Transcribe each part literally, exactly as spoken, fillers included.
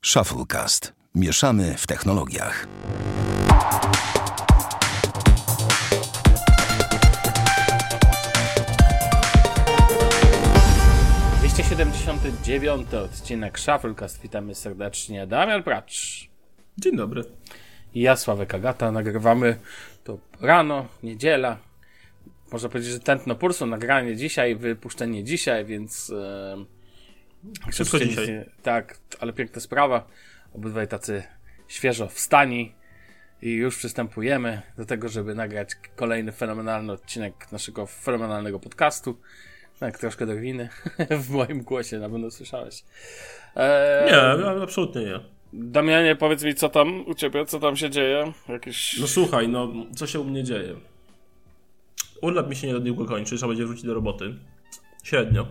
Shufflecast. Mieszamy w technologiach. dwieście siedemdziesiąty dziewiąty odcinek Shufflecast. Witamy serdecznie. Damian Pracz. Dzień dobry. I ja, Sławek Agata. Nagrywamy to rano, niedziela. Można powiedzieć, że tętno pulsu, nagranie dzisiaj, wypuszczenie dzisiaj, więc... Yy... Wszystko dzisiaj. Nie, tak, ale piękna sprawa. Obydwaj tacy świeżo wstani i już przystępujemy do tego, żeby nagrać kolejny fenomenalny odcinek naszego fenomenalnego podcastu. Tak, troszkę do winy w moim głosie, na pewno słyszałeś. Eee, nie, absolutnie nie. Damianie, powiedz mi, co tam u ciebie, co tam się dzieje? Jakieś... No słuchaj, no co się u mnie dzieje? Urlop mi się nie niedługo kończy, trzeba będzie wrócić do roboty. Średnio.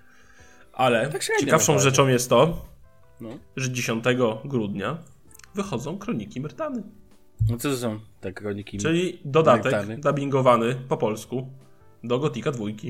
Ale tak średnio, ciekawszą naprawdę. rzeczą jest to, no. że dziesiątego grudnia wychodzą Kroniki Myrtany. No co to są te Kroniki Czyli dodatek Myrtany? dubbingowany po polsku do Gotika dwójki.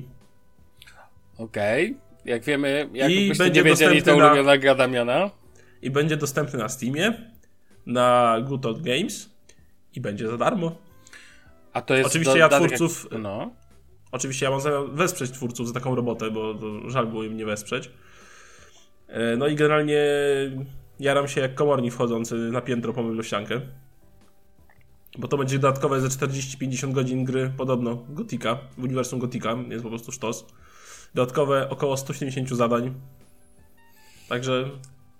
Okej. Okay. Jak wiemy, jakbyście będzie nie wiedzieli, to na... ulubiona gra Damiana. I będzie dostępny na Steamie, na Good Old Games i będzie za darmo. A to jest Oczywiście do, ja dodatek twórców... Jak... No. Oczywiście ja mam zamiar wesprzeć twórców za taką robotę, bo to żal było im nie wesprzeć. No i generalnie jaram się jak komornik wchodzący na piętro po meblościankę. Bo to będzie dodatkowe ze czterdzieści pięćdziesiąt godzin gry, podobno Gotika, w uniwersum Gotika, jest po prostu sztos. Dodatkowe około sto siedemdziesiąt zadań. Także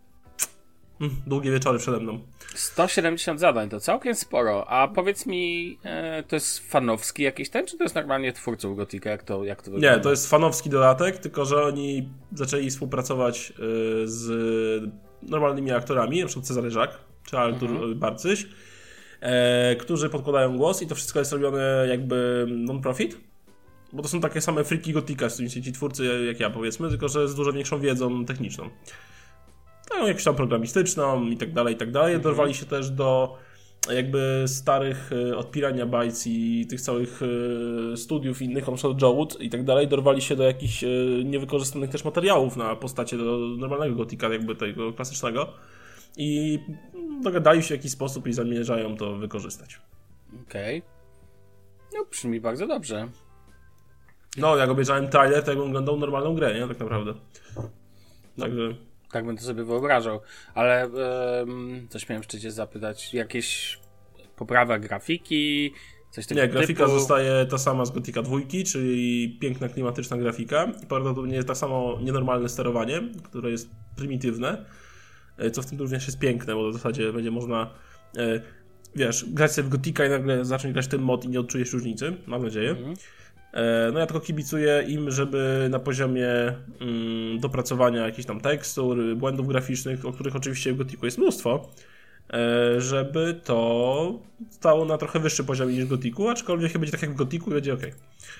mm, długie wieczory przede mną. sto siedemdziesiąt zadań, to całkiem sporo. A powiedz mi, e, to jest fanowski jakiś ten, czy to jest normalnie twórców Gotika? Jak to, jak to wygląda? Nie, to jest fanowski dodatek, tylko że oni zaczęli współpracować y, z normalnymi aktorami, na przykład Cezary Żak, czy Artur mhm. Barcyś, e, którzy podkładają głos i to wszystko jest robione jakby non-profit, bo to są takie same friki Gotika, z którymi się ci twórcy jak ja, powiedzmy, tylko że z dużo większą wiedzą techniczną. No, jakąś tam programistyczną i tak dalej, i tak dalej. Mhm. Dorwali się też do jakby starych y, od Piranha Bytes i tych całych y, studiów innych, na przykład Jowood i tak dalej, dorwali się do jakichś y, niewykorzystanych też materiałów na postacie do normalnego Gotika, jakby tego klasycznego i dogadali się w jakiś sposób i zamierzają to wykorzystać. Okej. Okay. No, brzmi bardzo dobrze. No, jak obejrzałem trailer, to jakbym oglądał normalną grę, nie? Tak naprawdę. No. Także... Tak bym to sobie wyobrażał, ale um, coś miałem jeszcze cię zapytać, jakieś poprawa grafiki, coś takiego Nie, grafika typu... zostaje ta sama z Gotika dwójki, czyli piękna, klimatyczna grafika i prawdopodobnie jest tak samo nienormalne sterowanie, które jest prymitywne, co w tym również jest piękne, bo w zasadzie będzie można wiesz, grać sobie w Gotika i nagle zacząć grać ten mod i nie odczujesz różnicy, mam nadzieję. Mhm. No ja tylko kibicuję im, żeby na poziomie mm, dopracowania jakichś tam tekstur, błędów graficznych, o których oczywiście w Gotiku jest mnóstwo, e, żeby to stało na trochę wyższy poziomie niż w Gotiku, aczkolwiek chyba będzie tak jak w Gotiku i będzie ok.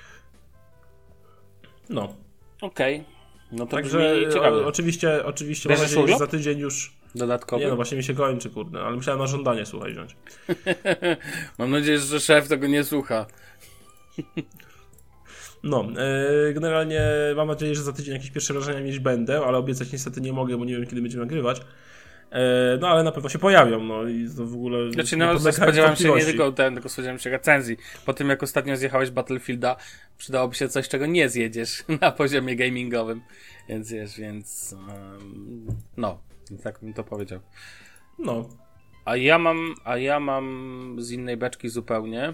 No. Okej. Okay. No to także o, oczywiście, oczywiście mam nadzieję, że za tydzień już... Dodatkowy? Nie no, właśnie mi się kończy, kurde, ale musiałem na żądanie, słuchaj, wziąć. Mam nadzieję, że szef tego nie słucha. No, yy, generalnie mam nadzieję, że za tydzień jakieś pierwsze wrażenia mieć będę, ale obiecać niestety nie mogę, bo nie wiem, kiedy będziemy nagrywać. Yy, no, ale na pewno się pojawią, no i to w ogóle... Znaczy, no, spodziewam się nie tylko ten, tylko spodziewam się recenzji. Po tym, jak ostatnio zjechałeś Battlefielda, przydałoby się coś, czego nie zjedziesz na poziomie gamingowym. Więc wiesz, więc... Um, no, tak bym to powiedział. No. A ja mam, a ja mam z innej beczki zupełnie...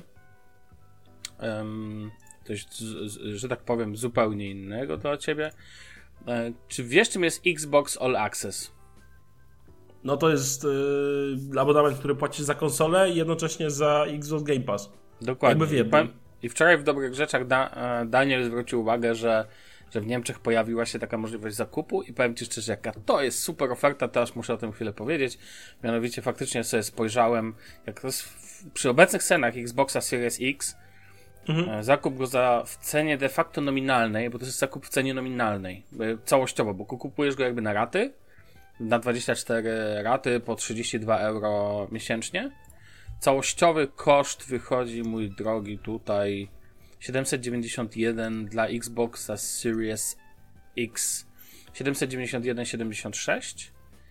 Um, coś, że tak powiem, zupełnie innego dla ciebie. E, czy wiesz, czym jest Xbox All Access? No to jest yy, abonament, który płacisz za konsolę i jednocześnie za Xbox Game Pass. Dokładnie. Jakby w jednym. I wczoraj w Dobrych Rzeczach da, Daniel zwrócił uwagę, że, że w Niemczech pojawiła się taka możliwość zakupu i powiem ci szczerze, jaka to jest super oferta, teraz muszę o tym chwilę powiedzieć. Mianowicie faktycznie sobie spojrzałem, jak to jest w, przy obecnych cenach Xboxa Series X, Mhm. zakup go za w cenie de facto nominalnej, bo to jest zakup w cenie nominalnej, całościowo, bo kupujesz go jakby na raty, na dwadzieścia cztery raty po trzydzieści dwa euro miesięcznie. Całościowy koszt wychodzi, mój drogi, tutaj siedemset dziewięćdziesiąt jeden dla Xboxa Series X, siedemset dziewięćdziesiąt jeden siedemdziesiąt sześć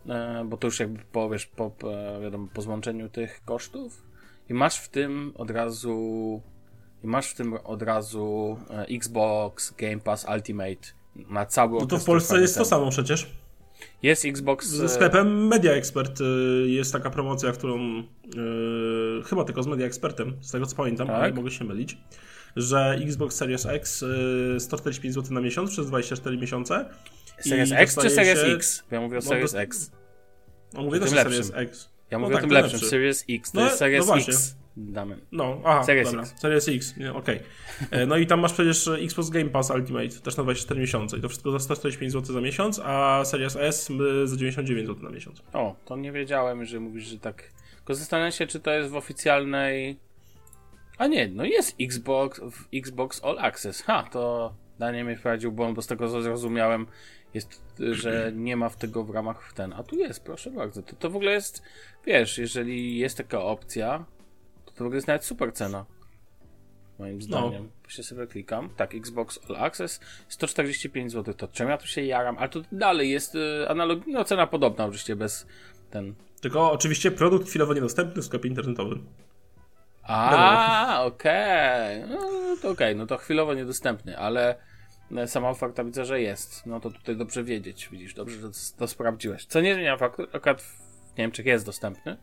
bo to już jakby po, wiesz, po, po, wiadomo, po złączeniu tych kosztów i masz w tym od razu i masz w tym od razu Xbox Game Pass Ultimate na cały No to w Polsce jest to samo przecież. Jest Xbox... Ze sklepem Media Expert jest taka promocja, którą yy, chyba tylko z Media Expertem, z tego co pamiętam, tak? Ale mogę się mylić, że Xbox Series X yy, sto czterdzieści pięć złotych na miesiąc przez dwadzieścia cztery miesiące. Series X czy Series się... X? Ja mówię o Series no, X. No mówię też o Series X. Ja mówię no o tym tak, lepszym, lepszy. Series X, to no, jest Series no X. Damy. No, aha, Series dobra. X. Series X, okej. Okay. No i tam masz przecież Xbox Game Pass Ultimate, też na dwadzieścia cztery miesiące i to wszystko za sto czterdzieści pięć złotych za miesiąc, a Series S za dziewięćdziesiąt dziewięć złotych na miesiąc. O, to nie wiedziałem, że mówisz, że tak. Tylko zastanawiam się, czy to jest w oficjalnej... A nie, no jest Xbox, w Xbox All Access. Ha, to Daniel mnie wprowadził błąd, bo z tego co zrozumiałem jest, że nie ma w tego w ramach w ten. A tu jest, proszę bardzo. To, to w ogóle jest, wiesz, jeżeli jest taka opcja, to to w ogóle jest nawet super cena. Moim zdaniem. No. Się sobie klikam. Tak, Xbox All Access sto czterdzieści pięć złotych. To czemu ja tu się jaram? Ale to dalej jest y, analog... no cena podobna oczywiście, bez ten... Tylko oczywiście produkt chwilowo niedostępny w sklepie internetowym. A, okej. Okay. No to okej, okay. No to chwilowo niedostępny, ale sama oferta widzę, że jest. No to tutaj dobrze wiedzieć. Widzisz, dobrze, że to, to sprawdziłeś. Co nie zmienia faktu, akurat w Niemczech jest dostępny.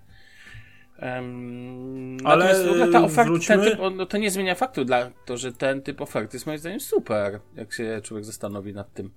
Um, ale ta oferta, wróćmy... ten typ, no to nie zmienia faktu, dla to, że ten typ oferty jest moim zdaniem super, jak się człowiek zastanowi nad tym.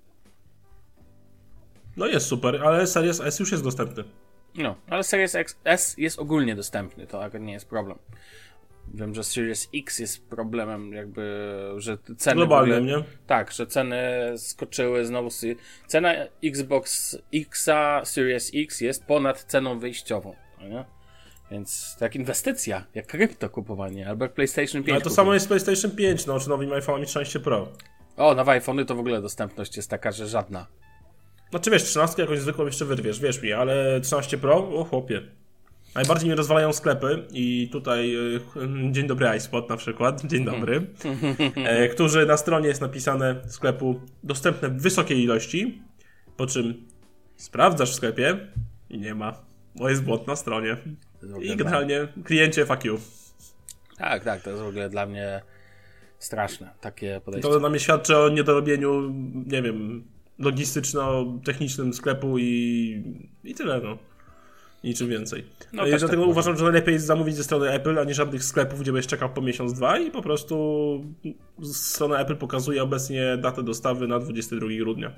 No jest super, ale Series S już jest dostępny. No, ale Series X, S jest ogólnie dostępny, to akurat nie jest problem. Wiem, że Series X jest problemem, jakby, że ceny... Globalnie, nie? Tak, że ceny skoczyły znowu. Cena Xbox Xa Series X jest ponad ceną wyjściową, nie? Więc jak inwestycja, jak krypto kupowanie, albo jak PlayStation pięć. Ale to kupowanie. Samo jest z PlayStation pięć, no, czy nowymi iPhone'ami trzynaście Pro. O, nowe iPhone'y to w ogóle dostępność jest taka, że żadna. Znaczy wiesz, trzynastkę jakąś zwykłą jeszcze wyrwiesz, wierz mi, ale trzynaście Pro, o chłopie. Najbardziej mnie rozwalają sklepy i tutaj yy, dzień dobry iSpot na przykład, dzień dobry, e, którzy na stronie jest napisane sklepu dostępne w wysokiej ilości, po czym sprawdzasz w sklepie i nie ma, bo jest błąd na stronie. I generalnie kliencie fuck you. Tak, tak, to jest w ogóle dla mnie straszne, takie podejście. To dla mnie świadczy o niedorobieniu, nie wiem, logistyczno-technicznym sklepu i, i tyle, no. Niczym więcej. No, I dlatego tak uważam, może. że najlepiej jest zamówić ze strony Apple, a nie żadnych sklepów, gdzie będziesz czekał po miesiąc, dwa i po prostu strona Apple pokazuje obecnie datę dostawy na dwudziestego drugiego grudnia.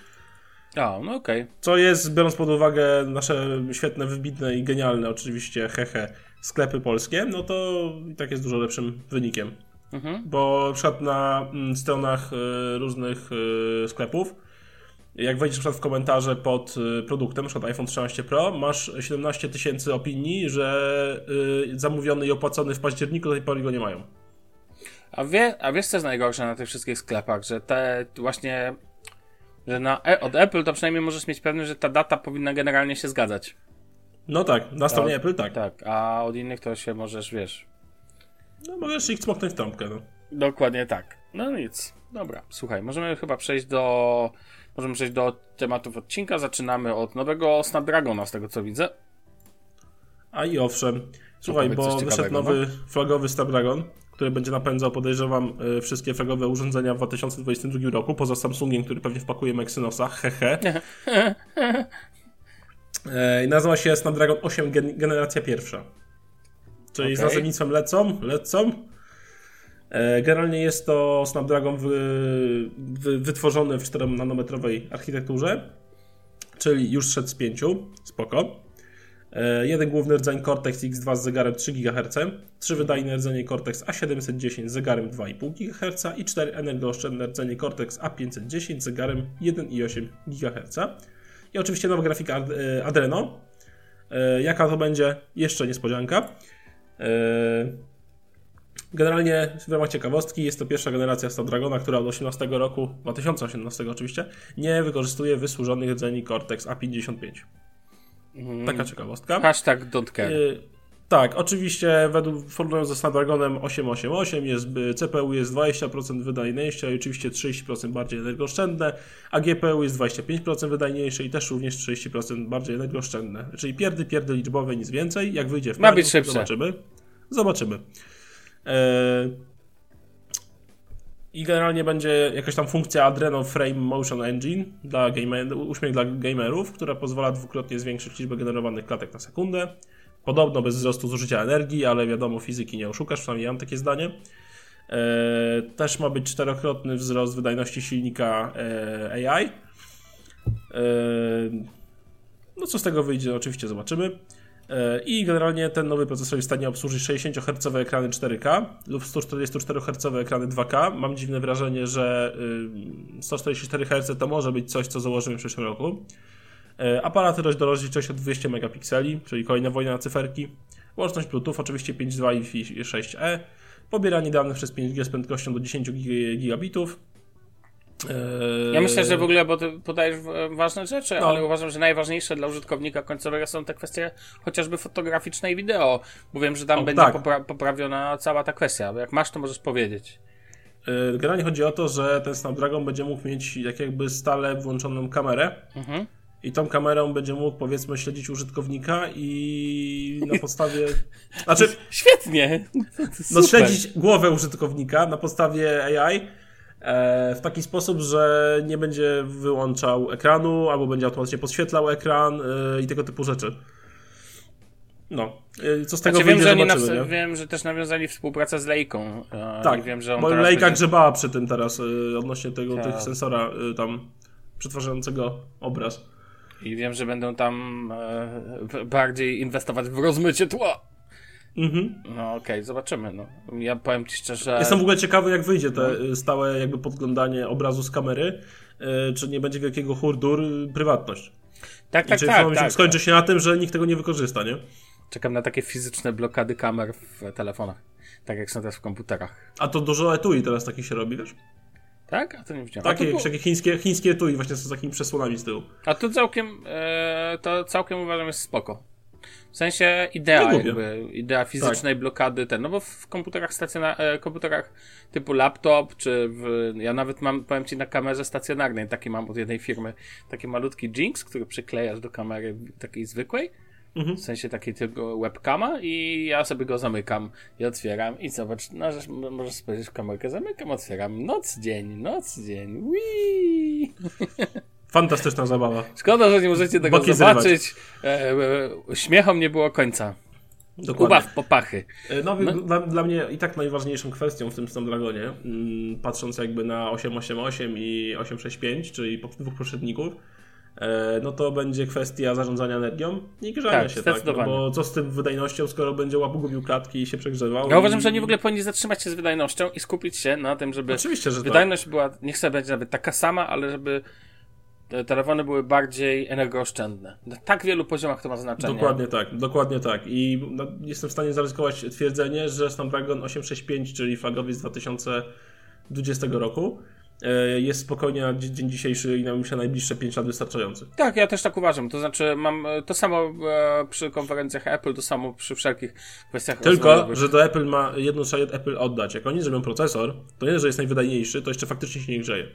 A, no okej. Okay. Co jest, biorąc pod uwagę nasze świetne, wybitne i genialne oczywiście, hehe, sklepy polskie, no to i tak jest dużo lepszym wynikiem. Mhm. Bo na przykład na mm, stronach y, różnych y, sklepów, jak wejdziesz na przykład w komentarze pod y, produktem, na przykład iPhone trzynaście Pro, masz siedemnaście tysięcy opinii, że y, zamówiony i opłacony w październiku do tej pory go nie mają. A, wie, a wiesz co jest najgorsze na tych wszystkich sklepach, że te właśnie... Że na, od Apple to przynajmniej możesz mieć pewność, że ta data powinna generalnie się zgadzać. No tak, na stronie Apple tak. Tak, a od innych to się możesz, wiesz... No możesz ich cmoknąć w trąbkę, no. Dokładnie tak. No nic, dobra, słuchaj, możemy chyba przejść do... Możemy przejść do tematów odcinka. Zaczynamy od nowego Snapdragona, z tego co widzę. A i owszem. Słuchaj, bo wyszedł nowy flagowy Snapdragon, który będzie napędzał, podejrzewam, wszystkie flagowe urządzenia w dwa tysiące dwudziestym drugim roku, poza Samsungiem, który pewnie wpakuje Exynosa, hehe. I nazywa się Snapdragon osiem gen- generacja pierwsza. Czyli okay. Z nazewnictwem lecą, lecą. Generalnie jest to Snapdragon wy, wy, wytworzony w czteronanometrowej architekturze, czyli już szedł z pięciu, spoko. Jeden główny rdzeń Cortex X dwa z zegarem trzy gigaherce, trzy wydajne rdzenie Cortex A siedemset dziesięć z zegarem dwa i pół gigaherca i cztery energooszczędne rdzenie Cortex A pięćset dziesięć z zegarem jeden i osiem gigaherca. I oczywiście nowa grafika Adreno. Jaka to będzie? Jeszcze niespodzianka. Generalnie w ramach ciekawostki jest to pierwsza generacja Snapdragona, która od osiemnastego roku, dwa tysiące osiemnastego oczywiście, nie wykorzystuje wysłużonych rdzeni Cortex A pięćdziesiąt pięć. Mm. Taka ciekawostka. Hashtag don't care. Yy, Tak, oczywiście według formułując ze Snapdragonem osiem osiem osiem jest, C P U jest dwadzieścia procent wydajniejsze i oczywiście trzydzieści procent bardziej energooszczędne, a G P U jest dwadzieścia pięć procent wydajniejsze i też również trzydzieści procent bardziej energooszczędne. Czyli pierdy, pierdy liczbowe, nic więcej. Jak wyjdzie w Ma pełni, być szybsze. Zobaczymy. Zobaczymy. Eee... I generalnie będzie jakaś tam funkcja Adreno Frame Motion Engine dla gamer, uśmiech dla gamerów, która pozwala dwukrotnie zwiększyć liczbę generowanych klatek na sekundę. Podobno bez wzrostu zużycia energii, ale wiadomo, fizyki nie oszukasz, przynajmniej ja mam takie zdanie. Eee, też ma być czterokrotny wzrost wydajności silnika e, A I. Eee, no co z tego wyjdzie, oczywiście zobaczymy. Eee, I generalnie ten nowy procesor jest w stanie obsłużyć sześćdziesięciohercowe ekrany cztery K lub sto czterdziestoczterohercowe ekrany dwa K. Mam dziwne wrażenie, że y, sto czterdzieści cztery herce to może być coś, co założymy w przyszłym roku. Aparat do rozdzielczości dwieście megapikseli, czyli kolejna wojna na cyferki. Łączność Bluetooth oczywiście pięć przecinek dwa i sześć E. Pobieranie danych przez pięć G z prędkością do dziesięć gigabitów. Ja myślę, że w ogóle, bo ty podajesz ważne rzeczy, no. ale uważam, że najważniejsze dla użytkownika końcowego są te kwestie chociażby fotograficzne i wideo, bo wiem, że tam o, będzie tak. popra- poprawiona cała ta kwestia. Jak masz, to możesz powiedzieć. Generalnie chodzi o to, że ten Snapdragon będzie mógł mieć jak jakby stale włączoną kamerę. Mhm. I tą kamerą będzie mógł, powiedzmy, śledzić użytkownika i na podstawie... Znaczy... Świetnie! No śledzić głowę użytkownika na podstawie A I e, w taki sposób, że nie będzie wyłączał ekranu, albo będzie automatycznie podświetlał ekran e, i tego typu rzeczy. No. E, co z tego znaczy, wyjdzie, wiem, że zobaczymy, naws- wiem, że też nawiązali współpracę z Leiką. E, tak, i wiem, że on bo teraz Leica będzie... grzebała przy tym teraz e, odnośnie tego, tak. tych sensora e, tam przetwarzającego obraz. I wiem, że będą tam e, bardziej inwestować w rozmycie tła. Mhm. No okej, okay, zobaczymy. No. Ja powiem ci szczerze... Jestem w ogóle ciekawy, jak wyjdzie te no. stałe jakby podglądanie obrazu z kamery, yy, czy nie będzie wielkiego hurdur prywatność. Tak, tak, czy tak. Czy tak, skończy tak. się na tym, że nikt tego nie wykorzysta, nie? Czekam na takie fizyczne blokady kamer w telefonach. Tak jak są teraz w komputerach. A to dużo etui teraz takich się robi, wiesz? Tak? A to nie widziałem. Takie, było... takie chińskie, chińskie etui właśnie z takimi przesłonami z tyłu. A to całkiem, e, to całkiem uważam jest spoko. W sensie idea jakby, idea fizycznej tak. blokady, ten, no bo w komputerach stacjona- e, komputerach typu laptop, czy w, ja nawet mam, powiem ci, na kamerze stacjonarnej, taki mam od jednej firmy, taki malutki Jinx, który przyklejasz do kamery takiej zwykłej, mhm. w sensie takiej tylko webcama i ja sobie go zamykam i otwieram i zobacz, no, możesz spojrzeć w kamerkę, zamykam, otwieram, noc, dzień, noc, dzień, Wii. Fantastyczna zabawa. Szkoda, że nie możecie tego Boki zobaczyć. E, e, śmiechom nie było końca. Dokładnie. Ubaw popachy. No, no. Dla, dla mnie i tak najważniejszą kwestią w tym Snapdragonie, mm, patrząc jakby na osiem osiem osiem i osiem sześć pięć, czyli dwóch poprzedników, e, no to będzie kwestia zarządzania energią i grzania tak, się. Tak? No bo co z tym wydajnością, skoro będzie łapogubił klatki i się przegrzewał? Ja i... uważam, że oni w ogóle powinni zatrzymać się z wydajnością i skupić się na tym, żeby Oczywiście, że wydajność tak. była, niech sobie będzie nawet taka sama, ale żeby te telefony były bardziej energooszczędne. Na tak wielu poziomach to ma znaczenie. Dokładnie tak, dokładnie tak. I no, jestem w stanie zaryzykować twierdzenie, że Snapdragon osiem sześć pięć, czyli flagowy z dwa tysiące dwudziestego roku, jest spokojnie na dzień dzisiejszy i na myślę najbliższe pięć lat wystarczający. Tak, ja też tak uważam. To znaczy mam to samo e, przy konferencjach Apple, to samo przy wszelkich kwestiach Tylko, rozwojowych. Że do Apple ma jedno trzeba Apple oddać. Jak oni zrobią procesor, to nie, że jest najwydajniejszy, to jeszcze faktycznie się nie grzeje.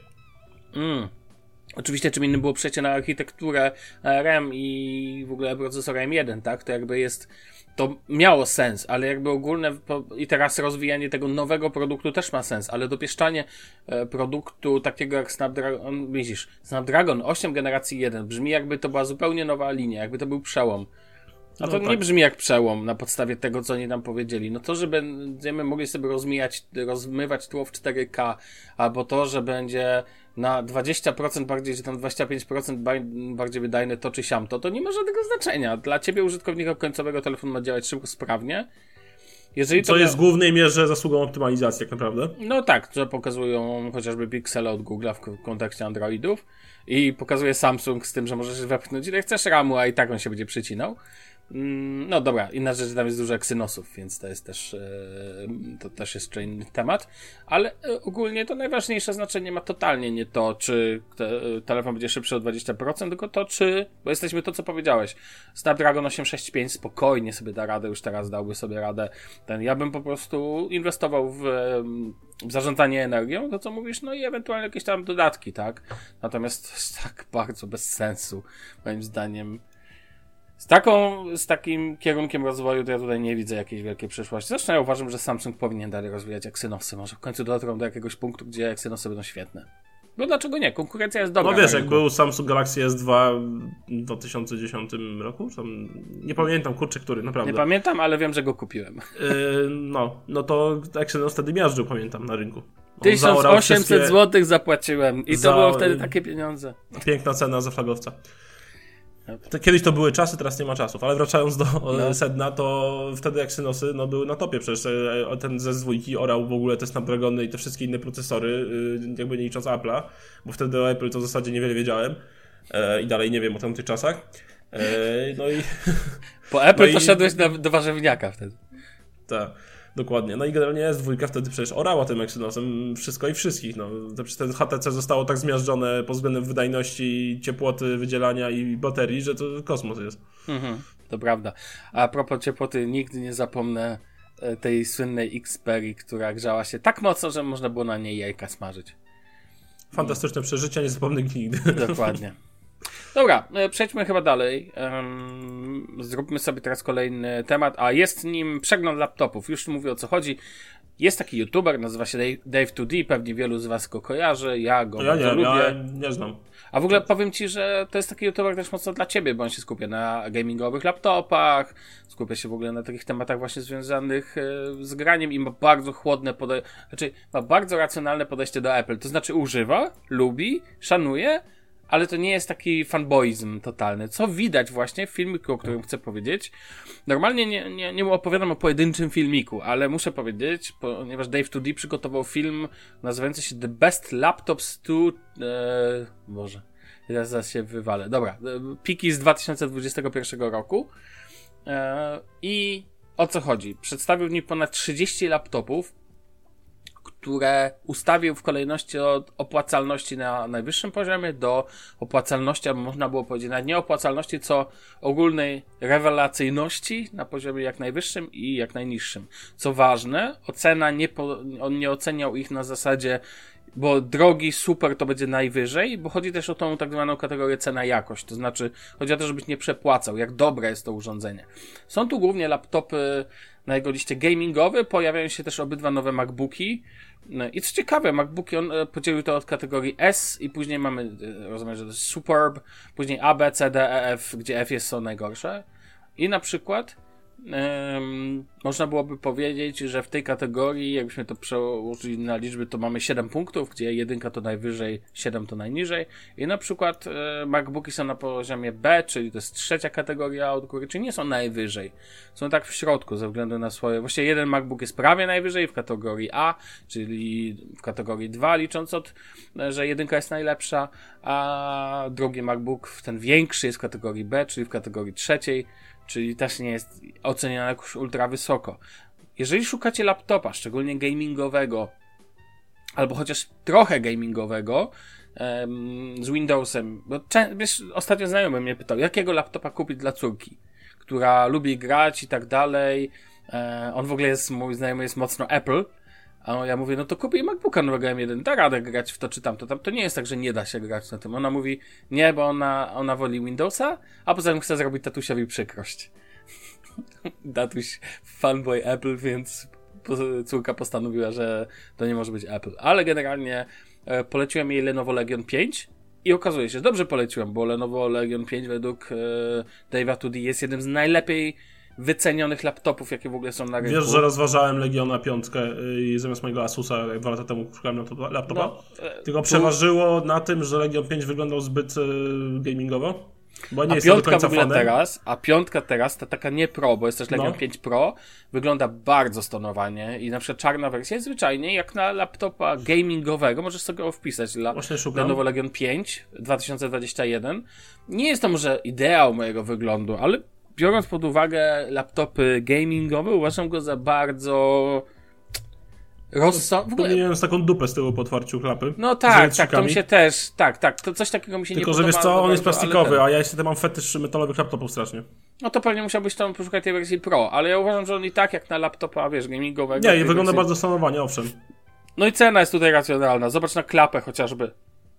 Mm. Oczywiście czym innym było przejście na architekturę A R M i w ogóle procesor M jeden, tak? To jakby jest, to miało sens, ale jakby ogólne i teraz rozwijanie tego nowego produktu też ma sens, ale dopieszczanie produktu takiego jak Snapdragon, widzisz, Snapdragon osiem generacji jeden brzmi jakby to była zupełnie nowa linia, jakby to był przełom. A to no tak. nie brzmi jak przełom na podstawie tego, co oni nam powiedzieli. No to, że będziemy mogli sobie rozmijać, rozmywać tło w cztery K, albo to, że będzie na dwadzieścia procent bardziej, czy tam dwadzieścia pięć procent bardziej wydajne to czy siamto, to nie ma żadnego znaczenia. Dla ciebie, użytkownika końcowego, telefon ma działać szybko, sprawnie. Jeżeli co to jest miał... w głównej mierze zasługą optymalizacji, tak naprawdę? No tak, że pokazują chociażby piksele od Google'a w kontekście Androidów i pokazuje Samsung z tym, że możesz wepchnąć ile chcesz ramu, a i tak on się będzie przycinał. No dobra, inna rzecz, tam jest dużo Exynosów, więc to jest też to też jest jeszcze inny temat, ale ogólnie to najważniejsze znaczenie ma totalnie nie to, czy te, telefon będzie szybszy o dwadzieścia procent, tylko to, czy, bo jesteśmy to, co powiedziałeś, Snapdragon osiemset sześćdziesiąt pięć spokojnie sobie da radę, już teraz dałby sobie radę. Ten, ja bym po prostu inwestował w, w zarządzanie energią, to co mówisz, no i ewentualnie jakieś tam dodatki, tak? Natomiast to jest tak bardzo bez sensu, moim zdaniem. Z taką, z takim kierunkiem rozwoju to ja tutaj nie widzę jakiejś wielkiej przyszłości. Zresztą ja uważam, że Samsung powinien dalej rozwijać Exynosy. Może w końcu dotrą do jakiegoś punktu, gdzie Exynosy będą świetne. No dlaczego nie? Konkurencja jest dobra. No wiesz, jak był Samsung Galaxy S dwa w dwa tysiące dziesiątym roku? Tam, nie pamiętam, kurczę, który, naprawdę. Nie pamiętam, ale wiem, że go kupiłem. Yy, no, no to Exynos wtedy miażdżył, pamiętam, na rynku. On tysiąc osiemset złotych zapłaciłem i za... to było wtedy takie pieniądze. Piękna cena za flagowca. To kiedyś to były czasy, teraz nie ma czasów, ale wracając do no. sedna, to wtedy Exynosy no, były na topie, przecież ten ze dwójki orał w ogóle te Snapdragony i te wszystkie inne procesory, jakby nie licząc Apple'a, bo wtedy o Apple to w zasadzie niewiele wiedziałem i dalej nie wiem o tamtych czasach. No i... Po Apple no poszedłeś i... na, do warzywniaka wtedy. Tak. Dokładnie. No i generalnie S dwa wtedy przecież orała tym Exynosem wszystko i wszystkich. No. To przecież ten H T C zostało tak zmiażdżone pod względem wydajności, ciepłoty, wydzielania i baterii, że to kosmos jest. Mhm, to prawda. A propos ciepłoty, nigdy nie zapomnę tej słynnej Xperii, która grzała się tak mocno, że można było na niej jajka smażyć. Fantastyczne przeżycie, nie zapomnę nigdy. Dokładnie. Dobra, przejdźmy chyba dalej. Um, zróbmy sobie teraz kolejny temat, a jest nim przegląd laptopów. Już mówię, o co chodzi. Jest taki youtuber, nazywa się Dave two D, pewnie wielu z was go kojarzy, ja go ja bardzo nie, lubię. Ja nie znam. A w ogóle powiem ci, że to jest taki youtuber też mocno dla ciebie, bo on się skupia na gamingowych laptopach, skupia się w ogóle na takich tematach właśnie związanych z graniem i ma bardzo chłodne podejście, znaczy ma bardzo racjonalne podejście do Apple, to znaczy używa, lubi, szanuje, ale to nie jest taki fanboizm totalny, co widać właśnie w filmiku, o którym chcę powiedzieć. Normalnie nie, nie, nie opowiadam o pojedynczym filmiku, ale muszę powiedzieć, ponieważ Dave two D przygotował film nazywający się The Best Laptops to... E, Boże, teraz zaraz się wywalę. Dobra, piki z dwa tysiące dwudziestego pierwszego roku. E, I o co chodzi? Przedstawił w nim ponad trzydzieści laptopów, które ustawił w kolejności od opłacalności na najwyższym poziomie do opłacalności, albo można było powiedzieć nawet nie opłacalności, co ogólnej rewelacyjności na poziomie jak najwyższym i jak najniższym. Co ważne, ocena nie po, on nie oceniał ich na zasadzie, bo drogi, super, to będzie najwyżej, bo chodzi też o tą tak zwaną kategorię cena-jakość, to znaczy chodzi o to, żebyś nie przepłacał, jak dobre jest to urządzenie. Są tu głównie laptopy na jego liście gamingowe, pojawiają się też obydwa nowe MacBooki i co ciekawe, MacBooki on podzielił to od kategorii S i później mamy, rozumiem, że to jest Superb, później A, B, C, D, E, F, gdzie F jest są najgorsze i na przykład Um, można byłoby powiedzieć, że w tej kategorii, jakbyśmy to przełożyli na liczby, to mamy siedem punktów, gdzie jedynka to najwyżej, siedem to najniżej i na przykład e, MacBooki są na poziomie B, czyli to jest trzecia kategoria od góry, czyli nie są najwyżej, są tak w środku ze względu na swoje, właściwie jeden MacBook jest prawie najwyżej w kategorii A, czyli w kategorii dwa, licząc od, że jedynka jest najlepsza, a drugi MacBook, ten większy, jest w kategorii B, czyli w kategorii trzeciej, czyli też nie jest oceniana jakoś ultra wysoko. Jeżeli szukacie laptopa, szczególnie gamingowego, albo chociaż trochę gamingowego, um, z Windowsem, bo wiesz, ostatnio znajomy mnie pytał, jakiego laptopa kupić dla córki, która lubi grać i tak dalej. E, on w ogóle jest, mój znajomy jest mocno Apple, a ja mówię, no to kupię MacBooka nowego M jeden, da radę grać w to czy tamto. Tam to nie jest tak, że nie da się grać na tym. Ona mówi, nie, bo ona, ona woli Windowsa, a poza tym chce zrobić tatusiowi przykrość. Tatuś fanboy Apple, więc córka postanowiła, że to nie może być Apple. Ale generalnie e, poleciłem jej Lenovo Legion pięć i okazuje się, że dobrze poleciłem, bo Lenovo Legion pięć według e, Dave'a two D jest jednym z najlepiej wycenionych laptopów, jakie w ogóle są na rynku. Wiesz, że rozważałem Legiona piątkę i zamiast mojego Asusa dwa lata temu szukałem laptopa, no, e, tylko tu... przeważyło na tym, że Legion pięć wyglądał zbyt e, gamingowo. Bo nie a jest piątka do końca w ogóle fanem. teraz, a piątka teraz, ta taka nie Pro, bo jest też Legion no. pięć Pro, wygląda bardzo stonowanie i na przykład czarna wersja jest zwyczajnie jak na laptopa gamingowego, możesz sobie go wpisać dla Lenovo Legion pięć dwa tysiące dwudziesty pierwszy. Nie jest to może ideał mojego wyglądu, ale biorąc pod uwagę laptopy gamingowe, uważam go za bardzo rozsądny. Powinienem z taką dupę z tyłu po otwarciu klapy. No tak, tak, to mi się też, tak, tak, to coś takiego mi się Tylko, nie podoba. Tylko, że wiesz co, on jest bardzo, plastikowy, ten... a ja niestety mam fetysz metalowych laptopów strasznie. No to pewnie musiałbyś tam poszukać tej wersji Pro, ale ja uważam, że on i tak jak na laptopa, wiesz, gamingowego. Nie, i wygląda wersji... bardzo stanowanie, owszem. No i cena jest tutaj racjonalna. Zobacz na klapę chociażby.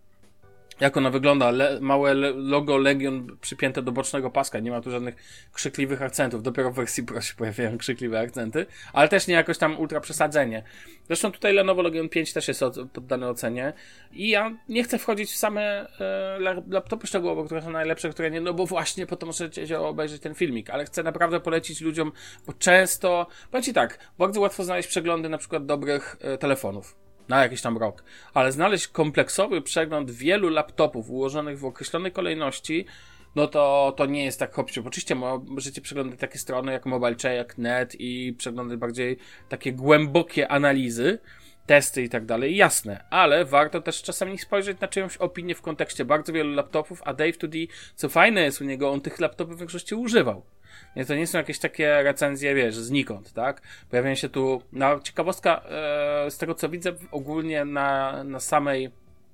Jak ona wygląda. Le- małe le- logo Legion przypięte do bocznego paska. Nie ma tu żadnych krzykliwych akcentów. Dopiero w wersji Pro się pojawiają krzykliwe akcenty. Ale też nie jakoś tam ultra przesadzenie. Zresztą tutaj Lenovo Legion pięć też jest od- poddany ocenie. I ja nie chcę wchodzić w same e, laptopy szczegółowo, które są najlepsze, które nie. No bo właśnie po to możecie obejrzeć ten filmik. Ale chcę naprawdę polecić ludziom, bo często... Powiem ci tak, bardzo łatwo znaleźć przeglądy na przykład dobrych e, telefonów. Na jakiś tam rok. Ale znaleźć kompleksowy przegląd wielu laptopów ułożonych w określonej kolejności, no to, to nie jest tak hopsiu. Oczywiście możecie przeglądać takie strony jak MobileCheck, jak Net i przeglądać bardziej takie głębokie analizy, testy i tak dalej, jasne, ale warto też czasami spojrzeć na czyjąś opinię w kontekście bardzo wielu laptopów, a Dave two D, co fajne jest u niego, on tych laptopów w większości używał. Nie, to nie są jakieś takie recenzje, wiesz, znikąd, tak? Pojawiają się tu, no ciekawostka, e, z tego co widzę ogólnie na, na samej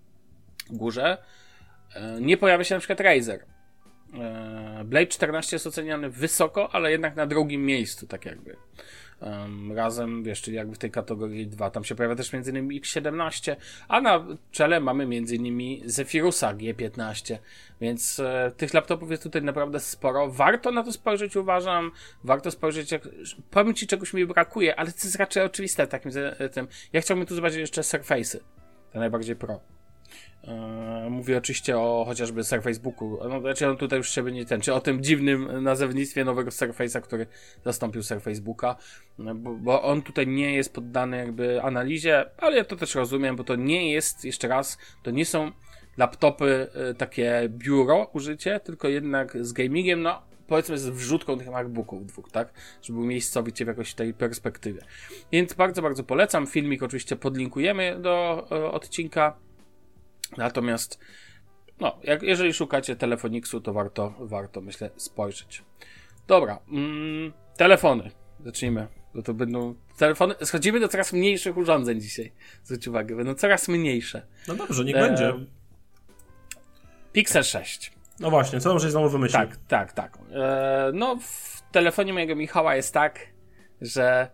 górze, e, nie pojawia się na przykład Razer. E, Blade czternaście jest oceniany wysoko, ale jednak na drugim miejscu, tak jakby. Um, razem, wiesz, czyli jakby w tej kategorii dwa. Tam się pojawia też między innymi X siedemnaście, a na czele mamy między innymi Zephyrusa G piętnaście, więc e, tych laptopów jest tutaj naprawdę sporo. Warto na to spojrzeć, uważam. Warto spojrzeć, jak... powiem ci, czegoś mi brakuje, ale to jest raczej oczywiste w takim tym. Ja chciałbym tu zobaczyć jeszcze Surface'y, te najbardziej pro. Yy, mówię oczywiście o chociażby Surface Booku. No, znaczy on tutaj już się nie ten, czy o tym dziwnym nazewnictwie nowego Surface'a, który zastąpił Surface Booka, bo, bo on tutaj nie jest poddany jakby analizie, ale ja to też rozumiem, bo to nie jest, jeszcze raz, to nie są laptopy y, takie biuro użycie, tylko jednak z gamingiem, no powiedzmy z wrzutką tych MacBooków dwóch, tak? Żeby umiejscowić się w jakoś tej perspektywie. Więc bardzo, bardzo polecam. Filmik oczywiście podlinkujemy do y, odcinka. Natomiast, no, jak, jeżeli szukacie Telefoniksu, to warto, warto, myślę, spojrzeć. Dobra, mm, telefony. Zacznijmy. Bo to będą telefony. Schodzimy do coraz mniejszych urządzeń dzisiaj. Zwróć uwagę, będą coraz mniejsze. No dobrze, niech e, będzie. Pixel sześć. No właśnie, co tam żeś znowu wymyślił? Tak, tak, tak. E, no, w telefonie mojego Michała jest tak, że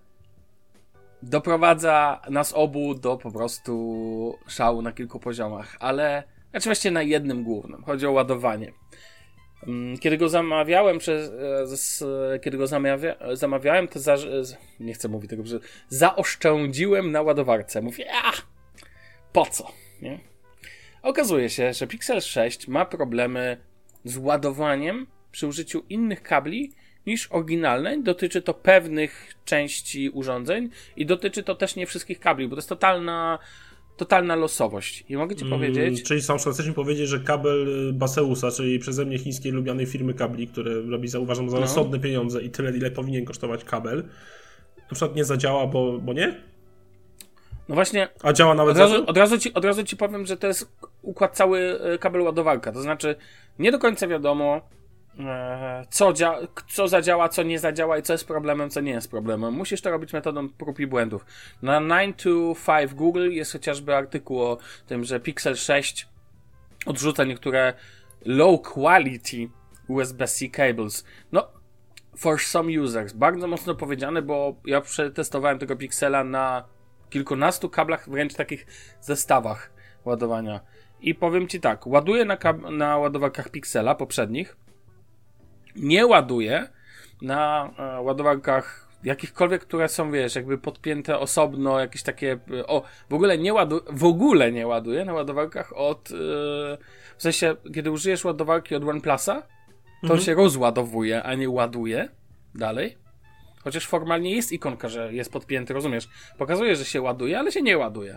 doprowadza nas obu do po prostu szału na kilku poziomach, ale oczywiście na jednym głównym. Chodzi o ładowanie. Kiedy go zamawiałem, przez, kiedy go zamawia, zamawiałem, to za, nie chcę mówić tego, że zaoszczędziłem na ładowarce. Mówię, a po co? Nie? Okazuje się, że Pixel sześć ma problemy z ładowaniem przy użyciu innych kabli niż oryginalne. Dotyczy to pewnych części urządzeń i dotyczy to też nie wszystkich kabli, bo to jest totalna, totalna losowość. I mogę ci mm, powiedzieć... Czyli sam chcesz mi powiedzieć, że kabel Baseusa, czyli przeze mnie chińskiej lubianej firmy kabli, które robi, uważam, za no. rozsądne pieniądze i tyle, ile powinien kosztować kabel, na przykład nie zadziała, bo, bo nie? No właśnie... A działa nawet od razu, za to? od, razu ci, od razu ci powiem, że to jest układ cały kabel ładowarka. To znaczy nie do końca wiadomo Co, dzia- co zadziała, co nie zadziała i co jest problemem, co nie jest problemem. Musisz to robić metodą prób i błędów. Na nine to five Google jest chociażby artykuł o tym, że Pixel sześć odrzuca niektóre low quality U S B-C cables. No, for some users. Bardzo mocno powiedziane, bo ja przetestowałem tego Pixela na kilkunastu kablach, wręcz takich zestawach ładowania. I powiem ci tak, ładuję na, kab- na ładowarkach Pixela poprzednich, nie ładuję na e, ładowarkach jakichkolwiek, które są, wiesz, jakby podpięte osobno, jakieś takie, o, w ogóle nie ładuję, w ogóle nie ładuję na ładowarkach od, e, w sensie, kiedy użyjesz ładowarki od OnePlusa, to mhm. on się rozładowuje, a nie ładuje dalej. Chociaż formalnie jest ikonka, że jest podpięty, rozumiesz? Pokazuje, że się ładuje, ale się nie ładuje.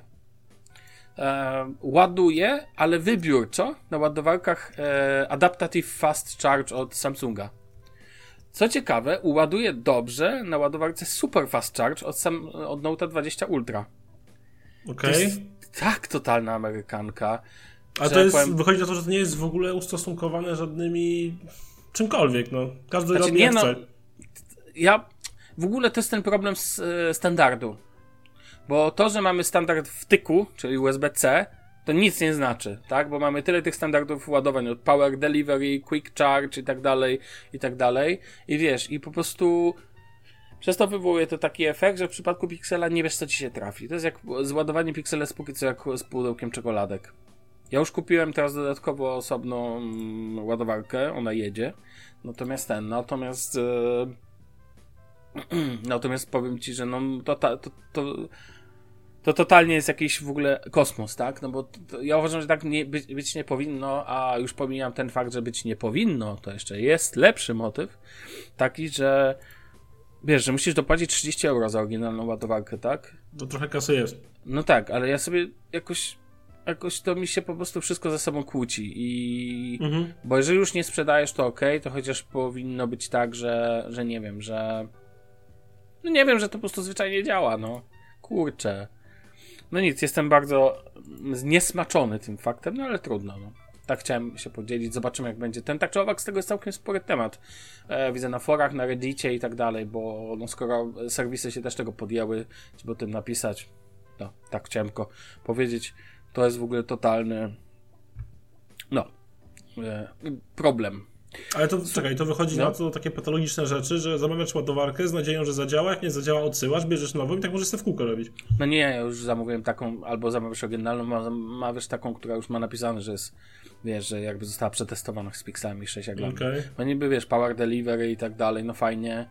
E, ładuje, ale wybiórczo na ładowarkach e, Adaptative Fast Charge od Samsunga. Co ciekawe, ładuje dobrze na ładowarce Super Fast Charge od, Sam, od Note dwadzieścia Ultra. Okej. To jest tak totalna amerykanka. A to jest, powiem... wychodzi na to, że to nie jest w ogóle ustosunkowane żadnymi czymkolwiek, no. Każdy Znaczy, robi nie, jak no, chce. Ja... W ogóle to jest ten problem z e, standardu. Bo to, że mamy standard wtyku, czyli U S B C, to nic nie znaczy, tak? Bo mamy tyle tych standardów ładowań, od Power Delivery, Quick Charge i tak dalej, i tak dalej. I wiesz, i po prostu przez to wywołuje to taki efekt, że w przypadku Pixela nie wiesz, co ci się trafi. To jest jak zładowanie Pixela z póki co jak z pudełkiem czekoladek. Ja już kupiłem teraz dodatkowo osobną mm, ładowarkę, ona jedzie. Natomiast ten, natomiast e, natomiast powiem ci, że no to, to, to, to to totalnie jest jakiś w ogóle kosmos, tak? No bo to, to ja uważam, że tak nie, być, być nie powinno, a już pomijam ten fakt, że być nie powinno, to jeszcze jest lepszy motyw, taki, że wiesz, że musisz dopłacić trzydzieści euro za oryginalną ładowarkę, tak? To trochę kasy jest. No tak, ale ja sobie jakoś jakoś to mi się po prostu wszystko ze sobą kłóci i Mhm. bo jeżeli już nie sprzedajesz, to okej, to chociaż powinno być tak, że, że nie wiem, że no nie wiem, że to po prostu zwyczajnie działa, no. Kurczę. No nic, jestem bardzo zniesmaczony tym faktem, no ale trudno, no. Tak chciałem się podzielić, zobaczymy jak będzie ten. Tak czy owak, z tego jest całkiem spory temat. E, widzę na forach, na Reddicie i tak dalej, bo no skoro serwisy się też tego podjęły, żeby o tym napisać, no tak chciałem tylko powiedzieć, to jest w ogóle totalny no e, problem. Ale to czekaj, to wychodzi no. na to takie patologiczne rzeczy, że zamawiasz ładowarkę z nadzieją, że zadziała, jak nie zadziała, odsyłasz, bierzesz nową i tak możesz sobie w kółko robić. No nie, ja już zamówiłem taką, albo zamawiasz oryginalną, zamawiasz taką, która już ma napisane, że jest, wiesz, że jakby została przetestowana z Pixelami sześć jak dla mnie. Okay. No niby, wiesz, Power Delivery i tak dalej, no fajnie.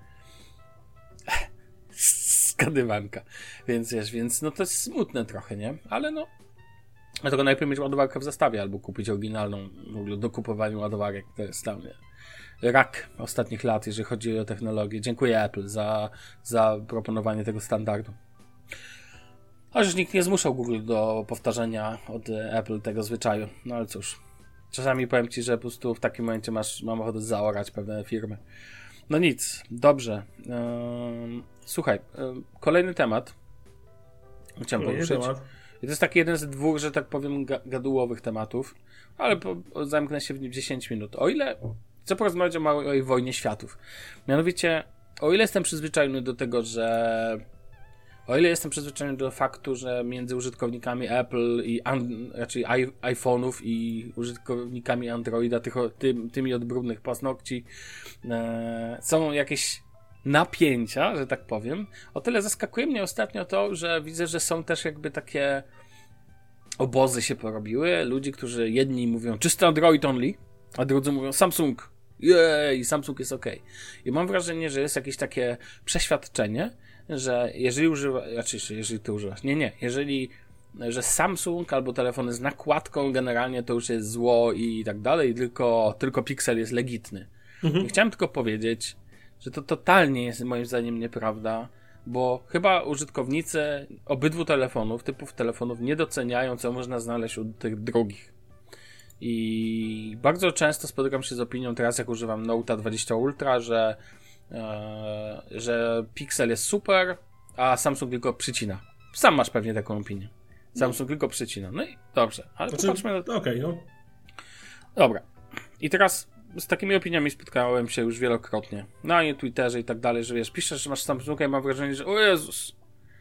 Skadywanka. Więc wiesz, więc no to jest smutne trochę, nie? Ale no, dlatego najpierw mieć ładowarkę w zestawie, albo kupić oryginalną, w ogóle do kupowania ładowarek, to jest dla mnie rak ostatnich lat, jeżeli chodzi o technologię. Dziękuję Apple za, za proponowanie tego standardu. Chociaż nikt nie zmuszał Google do powtarzania od Apple tego zwyczaju. No ale cóż. Czasami powiem ci, że po prostu w takim momencie masz, mam ochotę zaorać pewne firmy. No nic. Dobrze. Ehm, słuchaj. Ehm, kolejny temat. Chciałem Kolejny poruszyć. temat. I to jest taki jeden z dwóch, że tak powiem, ga- gadułowych tematów. Ale po, po, zamknę się w nim dziesięć minut. O ile... Chcę porozmawiać o małej wojnie światów. Mianowicie, o ile jestem przyzwyczajony do tego, że... O ile jestem przyzwyczajony do faktu, że między użytkownikami Apple i an... raczej iPhone'ów i użytkownikami Androida, tych, tym, tymi od brudnych paznokci, e, są jakieś napięcia, że tak powiem. O tyle zaskakuje mnie ostatnio to, że widzę, że są też jakby takie obozy się porobiły. Ludzi, którzy jedni mówią czysty Android only, a drudzy mówią Samsung. Jej, Samsung jest ok. I mam wrażenie, że jest jakieś takie przeświadczenie, że jeżeli używasz, znaczy jeżeli ty używasz, nie, nie, jeżeli, że Samsung albo telefony z nakładką generalnie to już jest zło i tak dalej, tylko, tylko Pixel jest legitny. Mhm. I chciałem tylko powiedzieć, że to totalnie jest moim zdaniem nieprawda, bo chyba użytkownicy obydwu telefonów, typów telefonów nie doceniają, co można znaleźć u tych drugich. I bardzo często spotykam się z opinią teraz, jak używam Note dwadzieścia Ultra, że, e, że Pixel jest super, a Samsung tylko przycina. Sam masz pewnie taką opinię. Samsung no. tylko przycina. No i dobrze, ale znaczy, popatrzmy na... Okej, okay, no. Dobra. I teraz z takimi opiniami spotkałem się już wielokrotnie. Na Twitterze i tak dalej, że wiesz, piszesz, że masz Samsunga i mam wrażenie, że o Jezus.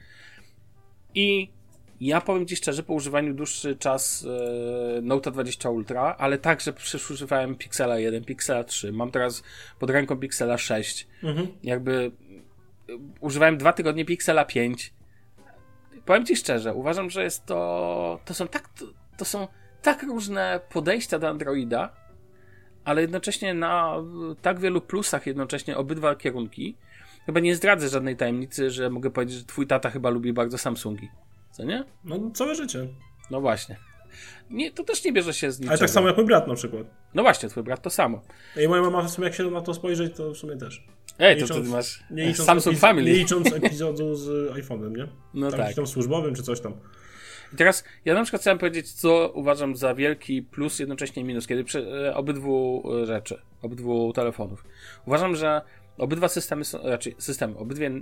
I ja powiem ci szczerze, po używaniu dłuższy czas e, Note dwadzieścia Ultra, ale także przecież używałem Pixela jeden, Pixela trzy, mam teraz pod ręką Pixela sześć. Mhm. Jakby e, używałem dwa tygodnie Pixela pięć. Powiem ci szczerze, uważam, że jest to to są tak to, to są tak różne podejścia do Androida, ale jednocześnie na tak wielu plusach jednocześnie obydwa kierunki. Chyba nie zdradzę żadnej tajemnicy, że mogę powiedzieć, że twój tata chyba lubi bardzo Samsungi. Co nie? No całe życie. No właśnie. Nie, to też nie bierze się z niczego. Ale tak samo jak mój brat na przykład. No właśnie, twój brat to samo. I moja mama w sumie jak się na to spojrzeć, to w sumie też. Ej, to ty masz nie licząc Samsung epiz- Family. Nie licząc epizodu z iPhone'em, nie? No tam tak. Tam służbowym czy coś tam. I teraz ja na przykład chciałem powiedzieć, co uważam za wielki plus, jednocześnie minus, kiedy przy e, obydwu rzeczy, obydwu telefonów. Uważam, że obydwa systemy są, raczej systemy, obydwie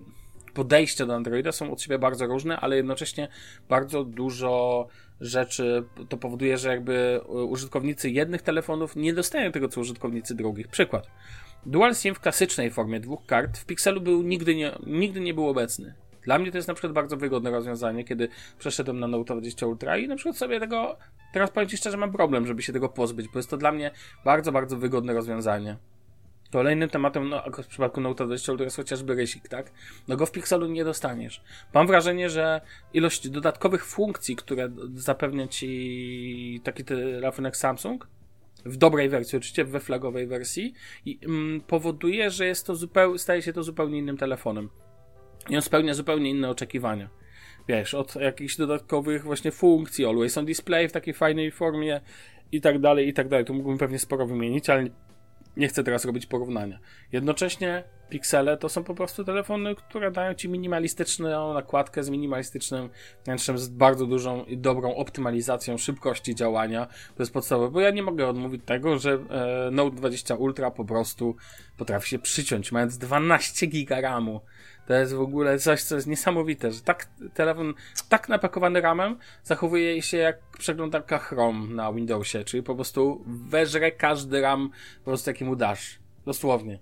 podejścia do Androida są od siebie bardzo różne, ale jednocześnie bardzo dużo rzeczy to powoduje, że jakby użytkownicy jednych telefonów nie dostają tego, co użytkownicy drugich. Przykład. Dual SIM w klasycznej formie dwóch kart w Pixelu był nigdy nie, nigdy nie był obecny. Dla mnie to jest na przykład bardzo wygodne rozwiązanie, kiedy przeszedłem na Note dwadzieścia Ultra i na przykład sobie tego, teraz powiem Ci szczerze, mam problem, żeby się tego pozbyć, bo jest to dla mnie bardzo, bardzo wygodne rozwiązanie. Kolejnym tematem, no w przypadku Note dwadzieścia Ultra jest chociażby rysik, tak? No go w Pixelu nie dostaniesz. Mam wrażenie, że ilość dodatkowych funkcji, które zapewnia Ci taki telefon jak Samsung, w dobrej wersji, oczywiście we flagowej wersji, i, mm, powoduje, że jest to zupeł, staje się to zupełnie innym telefonem. I on spełnia zupełnie inne oczekiwania. Wiesz, od jakichś dodatkowych właśnie funkcji, Always on Display w takiej fajnej formie i tak dalej, i tak dalej. Tu mógłbym pewnie sporo wymienić, ale nie chcę teraz robić porównania. Jednocześnie Pixele to są po prostu telefony, które dają Ci minimalistyczną nakładkę z minimalistycznym wnętrzem, z bardzo dużą i dobrą optymalizacją szybkości działania. To jest podstawowe, bo ja nie mogę odmówić tego, że e, Note dwadzieścia Ultra po prostu potrafi się przyciąć, mając dwanaście giga ramu. To jest w ogóle coś, co jest niesamowite, że tak telefon, tak napakowany ramem zachowuje się jak przeglądarka Chrome na Windowsie, czyli po prostu weżre każdy ram po prostu jaki mu dasz. Dosłownie.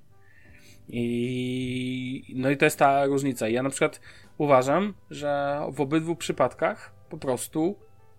I no i to jest ta różnica. Ja na przykład uważam, że w obydwu przypadkach po prostu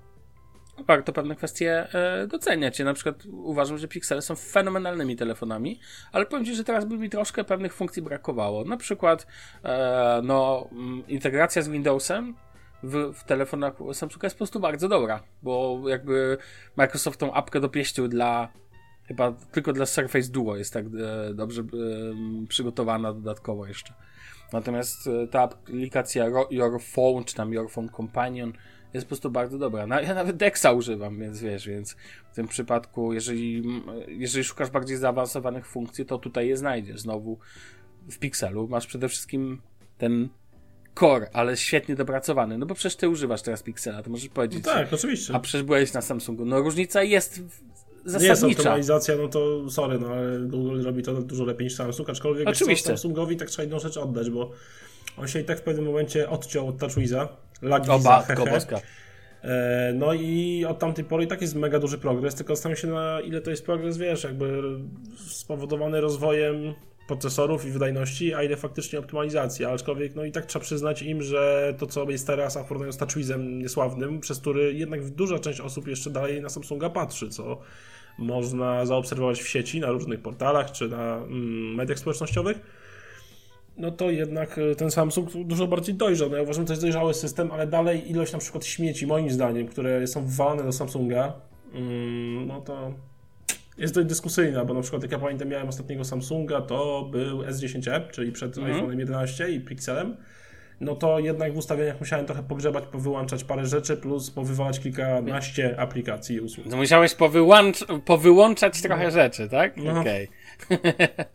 warto pewne kwestie e, doceniać. Ja na przykład uważam, że Pixele są fenomenalnymi telefonami, ale powiem Ci, że teraz by mi troszkę pewnych funkcji brakowało. Na przykład e, no, integracja z Windowsem w, w telefonach Samsunga jest po prostu bardzo dobra, bo jakby Microsoft tą apkę dopieścił dla chyba tylko dla Surface Duo jest tak e, dobrze e, przygotowana dodatkowo jeszcze. Natomiast e, ta aplikacja Your Phone, czy tam Your Phone Companion jest po prostu bardzo dobra. No, ja nawet Dexa używam, więc wiesz, więc w tym przypadku, jeżeli, jeżeli szukasz bardziej zaawansowanych funkcji, to tutaj je znajdziesz. Znowu w Pixelu masz przede wszystkim ten core, ale świetnie dopracowany. No bo przecież ty używasz teraz Pixela, to możesz powiedzieć. No tak, oczywiście. A przecież byłeś na Samsungu. No różnica jest zasadnicza. Nie jest optymalizacja, no to sorry, no ale Google robi to dużo lepiej niż Samsung, aczkolwiek oczywiście. Co, Samsungowi tak trzeba jedną rzecz oddać, bo on się i tak w pewnym momencie odciął od TouchWiza. Lagi o matko boska. E, no i od tamtej pory i tak jest mega duży progres, tylko zastanawiam się na ile to jest progres, wiesz, jakby spowodowany rozwojem procesorów i wydajności, a ile faktycznie optymalizacji, aczkolwiek no i tak trzeba przyznać im, że to co jest teraz, a w porównaniu z TouchWizem niesławnym, przez który jednak duża część osób jeszcze dalej na Samsunga patrzy, co można zaobserwować w sieci, na różnych portalach, czy na mm, mediach społecznościowych, no to jednak ten Samsung dużo bardziej dojrzał. No ja uważam, że to jest dojrzały system, ale dalej ilość na przykład śmieci, moim zdaniem, które są wwalane do Samsunga, mm, no to jest dość dyskusyjna, bo na przykład jak ja pamiętam, miałem ostatniego Samsunga, to był S dziesięć e, czyli przed mm-hmm. iPhone'em jedenaście i Pixelem, no to jednak w ustawieniach musiałem trochę pogrzebać, powyłączać parę rzeczy, plus powywalać kilkanaście aplikacji i usług. No musiałeś powyłącz- powyłączać trochę no. rzeczy, tak? No. Okej. Okay.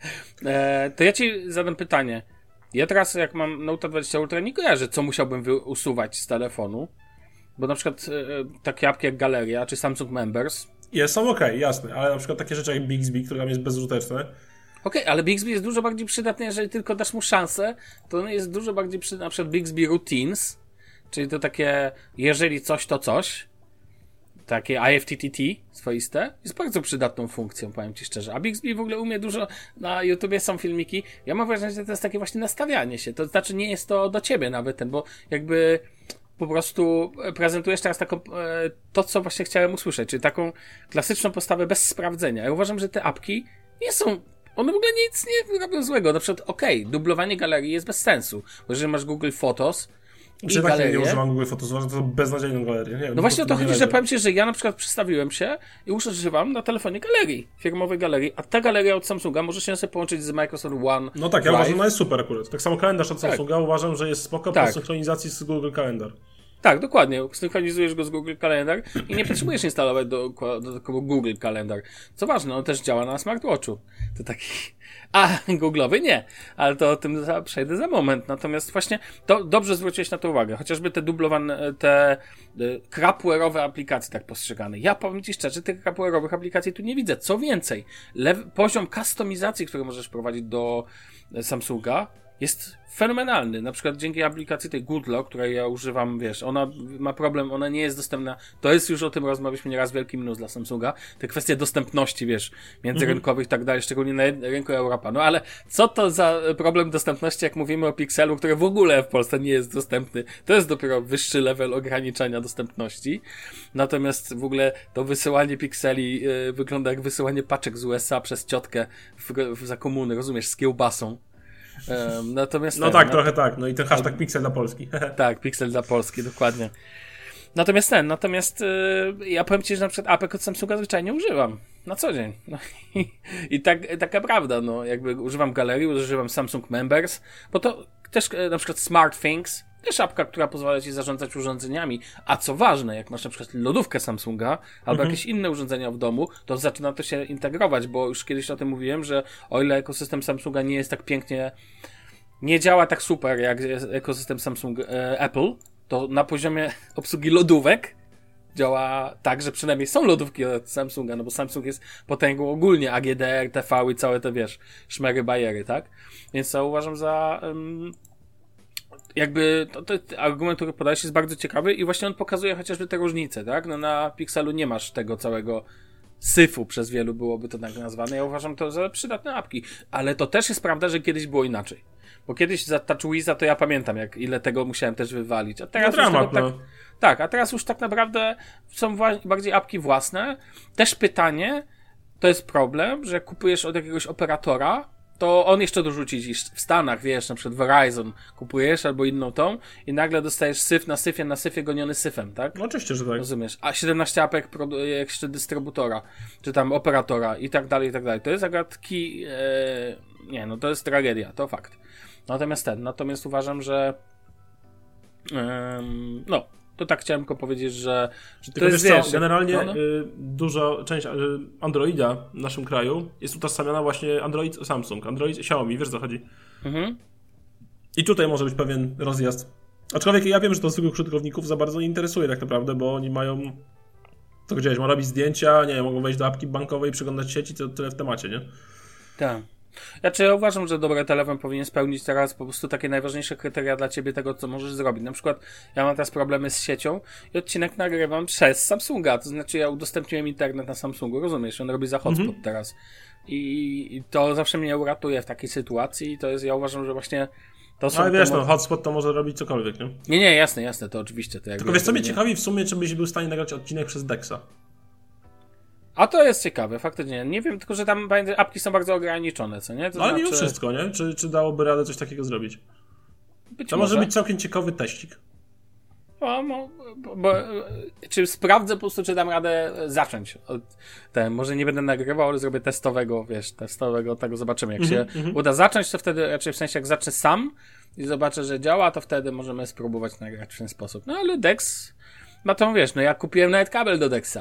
e, to ja Ci zadam pytanie. Ja teraz, jak mam Note dwadzieścia Ultra, nie kojarzę, co musiałbym wy- usuwać z telefonu, bo na przykład e, takie apki jak Galeria, czy Samsung Members. Jest, są okej, okay, jasne, ale na przykład takie rzeczy jak Bixby, które tam jest bezużyteczne. Okej, okay, ale Bixby jest dużo bardziej przydatny, jeżeli tylko dasz mu szansę, to on jest dużo bardziej przydatny, na przykład Bixby Routines, czyli to takie, jeżeli coś, to coś, takie I F T T T swoiste, jest bardzo przydatną funkcją, powiem Ci szczerze. A Bixby w ogóle umie dużo, na YouTubie są filmiki, ja mam wrażenie, że to jest takie właśnie nastawianie się, to znaczy nie jest to do Ciebie nawet ten, bo jakby po prostu prezentujesz teraz taką, to co właśnie chciałem usłyszeć, czyli taką klasyczną postawę bez sprawdzenia. Ja uważam, że te apki nie są, one w ogóle nic nie robią złego. Na przykład, okej, okay, dublowanie galerii jest bez sensu, bo jeżeli masz Google Photos i Czy galerię... tak nie używam Google Photos, uważam to beznadziejną galerię. Nie wiem, no właśnie o to chodzi, leży. że powiem Ci, że ja na przykład przestawiłem się i używam na telefonie galerii, firmowej galerii, a ta galeria od Samsunga może się sobie połączyć z Microsoft One. No tak, ja Drive. uważam, że ona jest super akurat. Tak samo kalendarz od Samsunga tak. uważam, że jest spoko tak. po synchronizacji z Google Calendar. Tak, dokładnie. Synchronizujesz go z Google Calendar i nie potrzebujesz instalować do, do takiego Google Calendar. Co ważne, on też działa na smartwatchu. To taki... A, Google'owy nie. Ale to o tym za, przejdę za moment. Natomiast właśnie to dobrze zwróciłeś na to uwagę. Chociażby te dublowane, te crapware'owe aplikacje tak postrzegane. Ja powiem Ci szczerze, tych crapware'owych aplikacji tu nie widzę. Co więcej, lew, poziom kustomizacji, który możesz prowadzić do Samsunga, jest fenomenalny. Na przykład dzięki aplikacji tej Goodlock, której ja używam, wiesz, ona ma problem, ona nie jest dostępna. To jest już o tym rozmawialiśmy nieraz, wielki minus dla Samsunga. Te kwestie dostępności, wiesz, międzyrynkowych i tak dalej, szczególnie na rynku Europa. No ale co to za problem dostępności, jak mówimy o Pixelu, który w ogóle w Polsce nie jest dostępny. To jest dopiero wyższy level ograniczania dostępności. Natomiast w ogóle to wysyłanie pikseli yy, wygląda jak wysyłanie paczek z U S A przez ciotkę w, w, za komuny, rozumiesz, z kiełbasą. Um, natomiast no ten, tak, no, trochę tak. No i ten hashtag Pixel dla Polski. Tak, Pixel dla Polski, dokładnie. Natomiast ten, natomiast yy, ja powiem ci, że na przykład apek od Samsunga zwyczajnie używam. Na co dzień. No i, i tak, taka prawda, no jakby używam galerii, używam Samsung Members, bo to też yy, na przykład SmartThings, też apka, która pozwala ci zarządzać urządzeniami, a co ważne, jak masz na przykład lodówkę Samsunga albo mhm. jakieś inne urządzenia w domu, to zaczyna to się integrować, bo już kiedyś o tym mówiłem, że o ile ekosystem Samsunga nie jest tak pięknie, nie działa tak super jak ekosystem Samsung e, Apple, to na poziomie obsługi lodówek działa tak, że przynajmniej są lodówki od Samsunga, no bo Samsung jest potęgą ogólnie A G D R, T V i całe te, wiesz, szmery, bajery, tak? Więc to uważam za... Um, jakby to, to argument, który podajesz, jest bardzo ciekawy i właśnie on pokazuje chociażby te różnice, tak? No na Pixelu nie masz tego całego syfu, przez wielu byłoby to tak nazwane. Ja uważam to za przydatne apki, ale to też jest prawda, że kiedyś było inaczej. Bo kiedyś za TouchWiza to ja pamiętam, jak ile tego musiałem też wywalić. A teraz no już dramat, tego, no. tak, tak, a teraz już tak naprawdę są bardziej apki własne. Też pytanie, to jest problem, że jak kupujesz od jakiegoś operatora, to on jeszcze dorzuci ci w Stanach, wiesz, na przykład Verizon kupujesz albo inną tą i nagle dostajesz syf na syfie, na syfie goniony syfem, tak? No oczywiście, że tak. Rozumiesz? A siedemnaście apek jeszcze dystrybutora, czy tam operatora i tak dalej, i tak dalej. To jest zagadki, e, nie, no to jest tragedia, to fakt. Natomiast ten, natomiast uważam, że e, no, to tak chciałem tylko powiedzieć, że, że to jest, wiesz wiesz, co, generalnie no, no. Y, duża część y, Androida w naszym kraju jest utożsamiana właśnie Android Samsung, Android Xiaomi, wiesz co chodzi? Mhm. I tutaj może być pewien rozjazd. Aczkolwiek ja wiem, że to zwykłych użytkowników za bardzo nie interesuje tak naprawdę, bo oni mają, to gdzieś, mogą robić zdjęcia, nie mogą wejść do apki bankowej, przeglądać sieci, to tyle w temacie, nie? Tak. Znaczy ja uważam, że dobry telefon powinien spełnić teraz po prostu takie najważniejsze kryteria dla ciebie tego, co możesz zrobić. Na przykład ja mam teraz problemy z siecią i odcinek nagrywam przez Samsunga, to znaczy ja udostępniłem internet na Samsungu, rozumiesz? On robi za hotspot mm-hmm. teraz. I, I to zawsze mnie uratuje w takiej sytuacji i to jest, ja uważam, że właśnie to są... Ale wiesz, mo- no hotspot to może robić cokolwiek, nie? Nie, nie, jasne, jasne, to oczywiście. To Tylko wiesz, co mnie nie... ciekawi w sumie, czy byś był w stanie nagrać odcinek przez Dexa. A to jest ciekawe, faktycznie. Nie wiem, tylko że tam apki są bardzo ograniczone, co nie? To no ale znaczy... mimo wszystko, nie? Czy, czy dałoby radę coś takiego zrobić? Być to może być całkiem ciekawy teścik. O, bo, bo, bo, czy sprawdzę po prostu, czy dam radę zacząć od te, może nie będę nagrywał, ale zrobię testowego, wiesz, testowego tego, zobaczymy. Jak mm-hmm, się mm-hmm. uda zacząć, to wtedy, raczej w sensie jak zacznę sam i zobaczę, że działa, to wtedy możemy spróbować nagrać w ten sposób. No ale Dex, no to wiesz, no ja kupiłem nawet kabel do Dexa.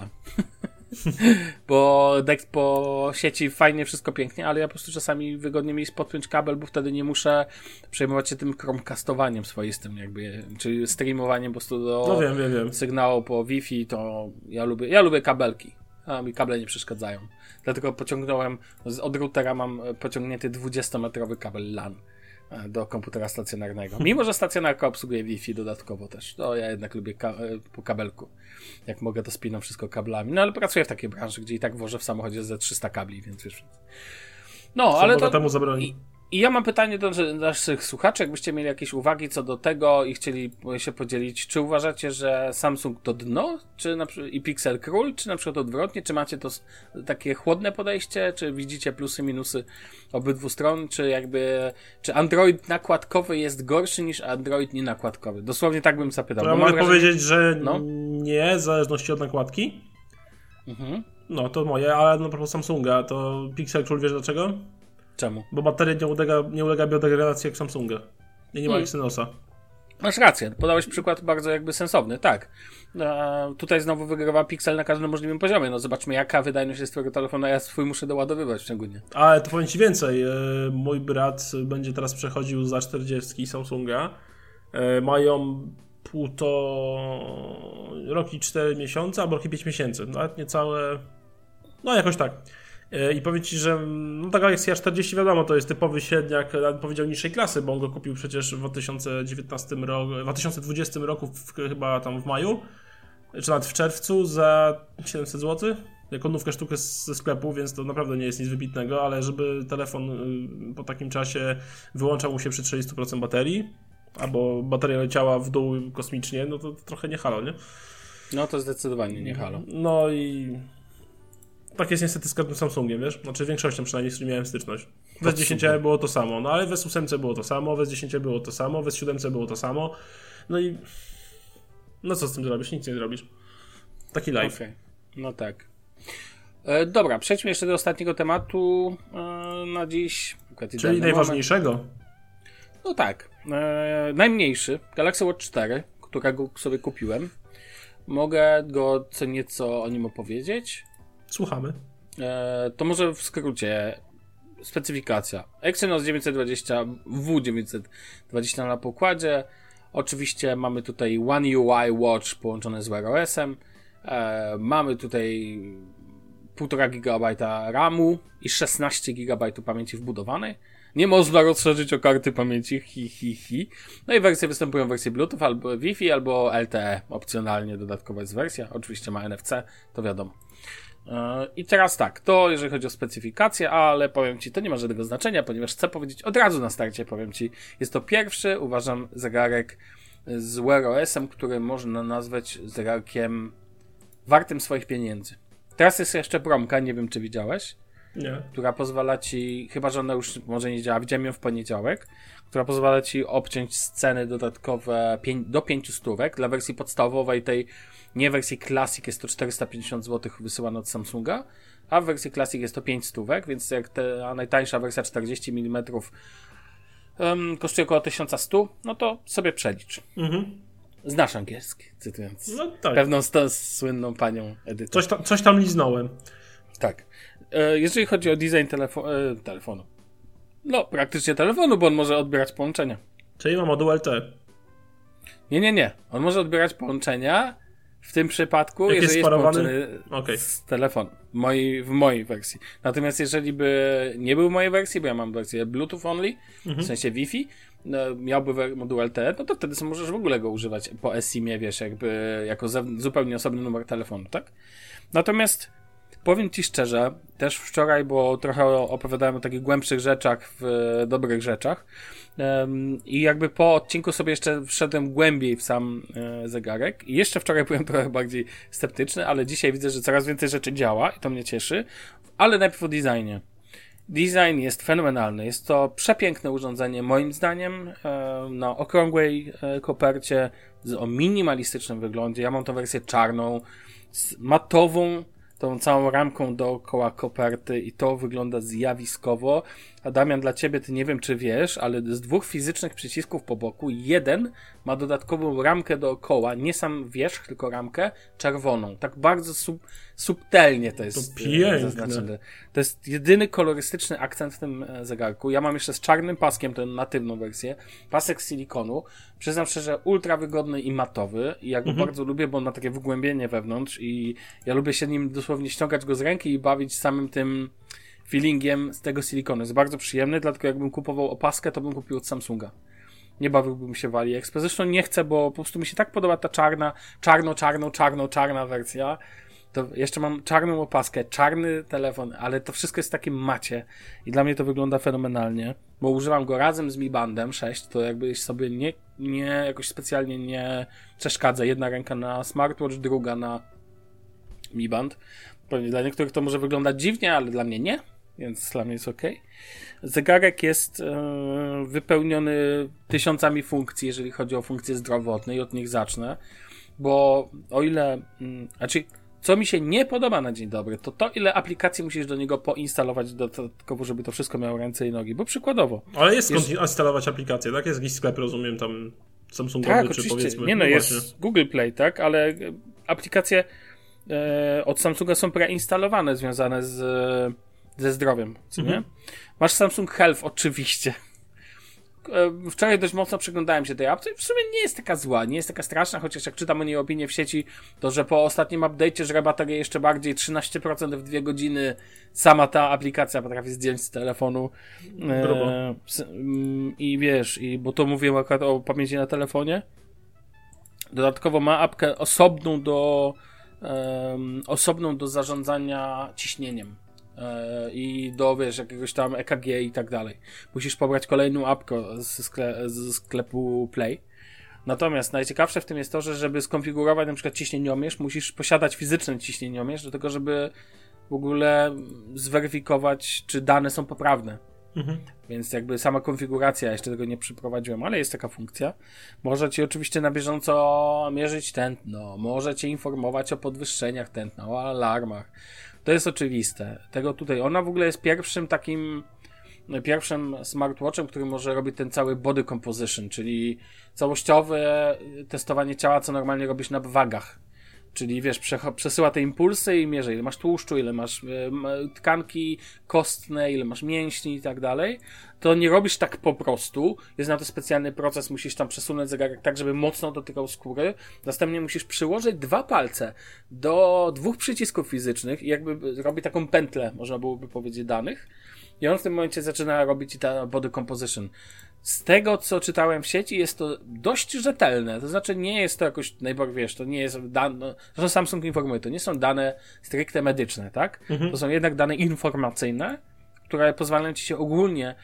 Bo Dex po sieci fajnie, wszystko pięknie, ale ja po prostu czasami wygodnie mi jest podpiąć kabel, bo wtedy nie muszę przejmować się tym Chromecastowaniem swoistym jakby, czyli streamowaniem po prostu do no wiem, wiem, wiem. sygnału po Wi-Fi, to ja lubię, ja lubię kabelki, a mi kable nie przeszkadzają. Dlatego pociągnąłem, od routera mam pociągnięty dwudziestometrowy kabel LAN do komputera stacjonarnego. Mimo, że stacjonarka obsługuje Wi-Fi dodatkowo też. To ja jednak lubię ka- po kabelku. Jak mogę, to spinam wszystko kablami. No ale pracuję w takiej branży, gdzie i tak wożę w samochodzie ze trzysta kabli, więc wiesz. No, co ale to... temu zabroni? I, I ja mam pytanie do naszych słuchaczy, jakbyście mieli jakieś uwagi co do tego i chcieli się podzielić, czy uważacie, że Samsung to dno, czy na przykład i Pixel król, czy na przykład odwrotnie, czy macie to takie chłodne podejście, czy widzicie plusy, minusy obydwu stron, czy jakby, czy Android nakładkowy jest gorszy niż Android nienakładkowy? Dosłownie tak bym zapytał. To ja mogę wrażenie... powiedzieć, że no? nie, w zależności od nakładki. Mhm. No, to moje, ale na propos Samsunga, to Pixel król, wiesz dlaczego? Czemu? Bo bateria nie ulega, nie ulega biodegradacji jak Samsunga. I nie ma hmm. Exynosa. Masz rację, podałeś przykład bardzo jakby sensowny, tak. E, tutaj znowu wygrywa Pixel na każdym możliwym poziomie. No zobaczmy, jaka wydajność jest twojego telefonu, a ja swój muszę doładowywać szczególnie. Ale to powiem ci więcej. E, mój brat będzie teraz przechodził za czterdzieści Samsunga. E, mają półtora rok i cztery miesiące, albo rok i pięć miesięcy. Nawet niecałe... No jakoś tak. I powiem Ci, że no ta Galaxy A czterdzieści wiadomo, to jest typowy średniak, nawet powiedział niższej klasy, bo on go kupił przecież w dwa tysiące dziewiętnastym roku, w dwa tysiące dwudziestym roku, w, chyba tam w maju, czy nawet w czerwcu za siedemset złotych. Jako nówkę sztukę ze sklepu, więc to naprawdę nie jest nic wybitnego, ale żeby telefon po takim czasie wyłączał mu się przy trzydzieści procent baterii, albo bateria leciała w dół kosmicznie, no to, to trochę nie halo, nie? No to zdecydowanie nie halo. No i tak jest niestety z każdym Samsungiem, wiesz? Znaczy większością przynajmniej, z którym miałem styczność. W S dziesięć było to samo, no ale w S osiem było to samo, w S dziesięć było to samo, w S siedem było to samo, no i no co z tym zrobisz? Nic nie zrobisz. Taki live. Okay. No tak. E, dobra, przejdźmy jeszcze do ostatniego tematu e, na dziś. Czyli najważniejszego. Moment. No tak. E, najmniejszy, Galaxy Watch cztery, którego sobie kupiłem. Mogę go co nieco o nim opowiedzieć. Słuchamy. E, to może w skrócie. Specyfikacja. Exynos dziewięćset dwadzieścia W dziewięćset dwadzieścia na pokładzie. Oczywiście mamy tutaj One U I Watch połączone z Wear O S-em. E, mamy tutaj półtora gigabajta ramu i szesnaście gigabajtów pamięci wbudowanej. Nie można rozszerzyć o karty pamięci, hi, hi, hi. No i wersje występują w wersji Bluetooth albo Wi-Fi, albo L T E. Opcjonalnie dodatkowa jest wersja. Oczywiście ma N F C, to wiadomo. Yy, I teraz tak, to jeżeli chodzi o specyfikację, ale powiem Ci, to nie ma żadnego znaczenia, ponieważ chcę powiedzieć od razu na starcie, powiem Ci, jest to pierwszy, uważam, zegarek z Wear O S-em, który można nazwać zegarkiem wartym swoich pieniędzy. Teraz jest jeszcze promka, nie wiem czy widziałeś, nie. Która pozwala Ci, chyba że ona już może nie działa, widziałem ją w poniedziałek, która pozwala Ci obciąć ceny dodatkowe pię- do pięciu stówek. Dla wersji podstawowej, tej nie wersji Classic jest to czterysta pięćdziesiąt złotych wysyłane od Samsunga, a w wersji Classic jest to pięć stówek, więc jak ta najtańsza wersja czterdzieści milimetrów um, kosztuje około tysiąc sto, no to sobie przelicz. Mhm. Znasz angielski, cytując no tak. pewną sto, słynną panią edytor. Coś tam, coś tam liznąłem. Tak. E, jeżeli chodzi o design telefo- e, telefonu, no praktycznie telefonu, bo on może odbierać połączenia. Czyli ma moduł L T E. Nie, nie, nie. On może odbierać połączenia w tym przypadku, jak jeżeli jest, jest połączony okay. z telefonu. Moi, w mojej wersji. Natomiast jeżeli by nie był w mojej wersji, bo ja mam wersję Bluetooth only, mhm. w sensie Wi-Fi, no, miałby moduł L T E, no to wtedy sobie możesz w ogóle go używać po eSIM-ie, wiesz, jakby jako zew- zupełnie osobny numer telefonu, tak? Natomiast powiem Ci szczerze, też wczoraj, bo trochę opowiadałem o takich głębszych rzeczach, w dobrych rzeczach um, i jakby po odcinku sobie jeszcze wszedłem głębiej w sam e, zegarek i jeszcze wczoraj byłem trochę bardziej sceptyczny, ale dzisiaj widzę, że coraz więcej rzeczy działa i to mnie cieszy, ale najpierw o designie. Design jest fenomenalny, jest to przepiękne urządzenie moim zdaniem e, na okrągłej e, kopercie z, o minimalistycznym wyglądzie. Ja mam tą wersję czarną z matową tą całą ramką dookoła koperty i to wygląda zjawiskowo. A Damian, dla Ciebie, Ty nie wiem czy wiesz, ale z dwóch fizycznych przycisków po boku, jeden ma dodatkową ramkę dookoła, nie sam wierzch, tylko ramkę czerwoną. Tak bardzo sub, subtelnie to jest to piękne. zaznaczone. To jest jedyny kolorystyczny akcent w tym zegarku. Ja mam jeszcze z czarnym paskiem, tę natywną wersję, pasek z silikonu. Przyznam szczerze, ultra wygodny i matowy i ja go mhm. bardzo lubię, bo on ma takie wgłębienie wewnątrz i ja lubię się nim dosłownie ściągać go z ręki i bawić samym tym feelingiem z tego silikonu. Jest bardzo przyjemny, dlatego jakbym kupował opaskę, to bym kupił od Samsunga. Nie bawiłbym się w AliExpress. Zresztą nie chcę, bo po prostu mi się tak podoba ta czarna, czarno, czarno, czarno, czarna wersja. To jeszcze mam czarną opaskę, czarny telefon, ale to wszystko jest w takim macie i dla mnie to wygląda fenomenalnie, bo używam go razem z Mi Bandem sześć, to jakby sobie nie, nie jakoś specjalnie nie przeszkadza. Jedna ręka na smartwatch, druga na Mi Band. Pewnie dla niektórych to może wyglądać dziwnie, ale dla mnie nie, więc dla mnie jest ok. Zegarek jest e, wypełniony tysiącami funkcji, jeżeli chodzi o funkcje zdrowotne i od nich zacznę, bo o ile, mm, znaczy co mi się nie podoba na dzień dobry, to to ile aplikacji musisz do niego poinstalować dodatkowo, żeby to wszystko miało ręce i nogi, bo przykładowo. Ale jest skąd instalować aplikację, tak? Jest jakiś sklep, rozumiem, tam Samsungowy, tak, czy oczywiście. powiedzmy. Nie no, no jest właśnie. Google Play, tak, ale aplikacje e, od Samsunga są preinstalowane, związane z, ze zdrowiem, co nie? Mhm. Masz Samsung Health, oczywiście. wczoraj dość mocno przyglądałem się tej apce. W sumie nie jest taka zła, nie jest taka straszna, chociaż jak czytam o niej opinię w sieci, to że po ostatnim update'cie żre baterię jeszcze bardziej, trzynaście procent w dwie godziny sama ta aplikacja potrafi zdjąć z telefonu. E, I wiesz, i bo to mówiłem akurat o pamięci na telefonie. Dodatkowo ma apkę osobną do um, osobną do zarządzania ciśnieniem. I do, wiesz, jakiegoś tam E K G i tak dalej. Musisz pobrać kolejną apkę ze skle- z sklepu Play. Natomiast najciekawsze w tym jest to, że żeby skonfigurować na przykład ciśnieniomierz, musisz posiadać fizyczny ciśnieniomierz do tego, żeby w ogóle zweryfikować, czy dane są poprawne. Mhm. Więc jakby sama konfiguracja, jeszcze tego nie przyprowadziłem, ale jest taka funkcja. Może ci oczywiście na bieżąco mierzyć tętno, może cię informować o podwyższeniach tętna, o alarmach. To jest oczywiste. Tego tutaj, ona w ogóle jest pierwszym takim, pierwszym smartwatchem, który może robić ten cały body composition, czyli całościowe testowanie ciała, co normalnie robisz na wagach. Czyli wiesz, przesyła te impulsy i mierzy, ile masz tłuszczu, ile masz y, tkanki kostne, ile masz mięśni i tak dalej. To nie robisz tak po prostu. Jest na to specjalny proces, musisz tam przesunąć zegarek tak, żeby mocno dotykał skóry. Następnie musisz przyłożyć dwa palce do dwóch przycisków fizycznych i jakby robi taką pętlę, można byłoby powiedzieć, danych. I on w tym momencie zaczyna robić ta body composition. Z tego, co czytałem w sieci, jest to dość rzetelne. To znaczy, nie jest to jakoś najbardziej, wiesz, to nie jest dane, zresztą Samsung informuje, to nie są dane stricte medyczne, tak? Mhm. To są jednak dane informacyjne, które pozwalają ci się ogólnie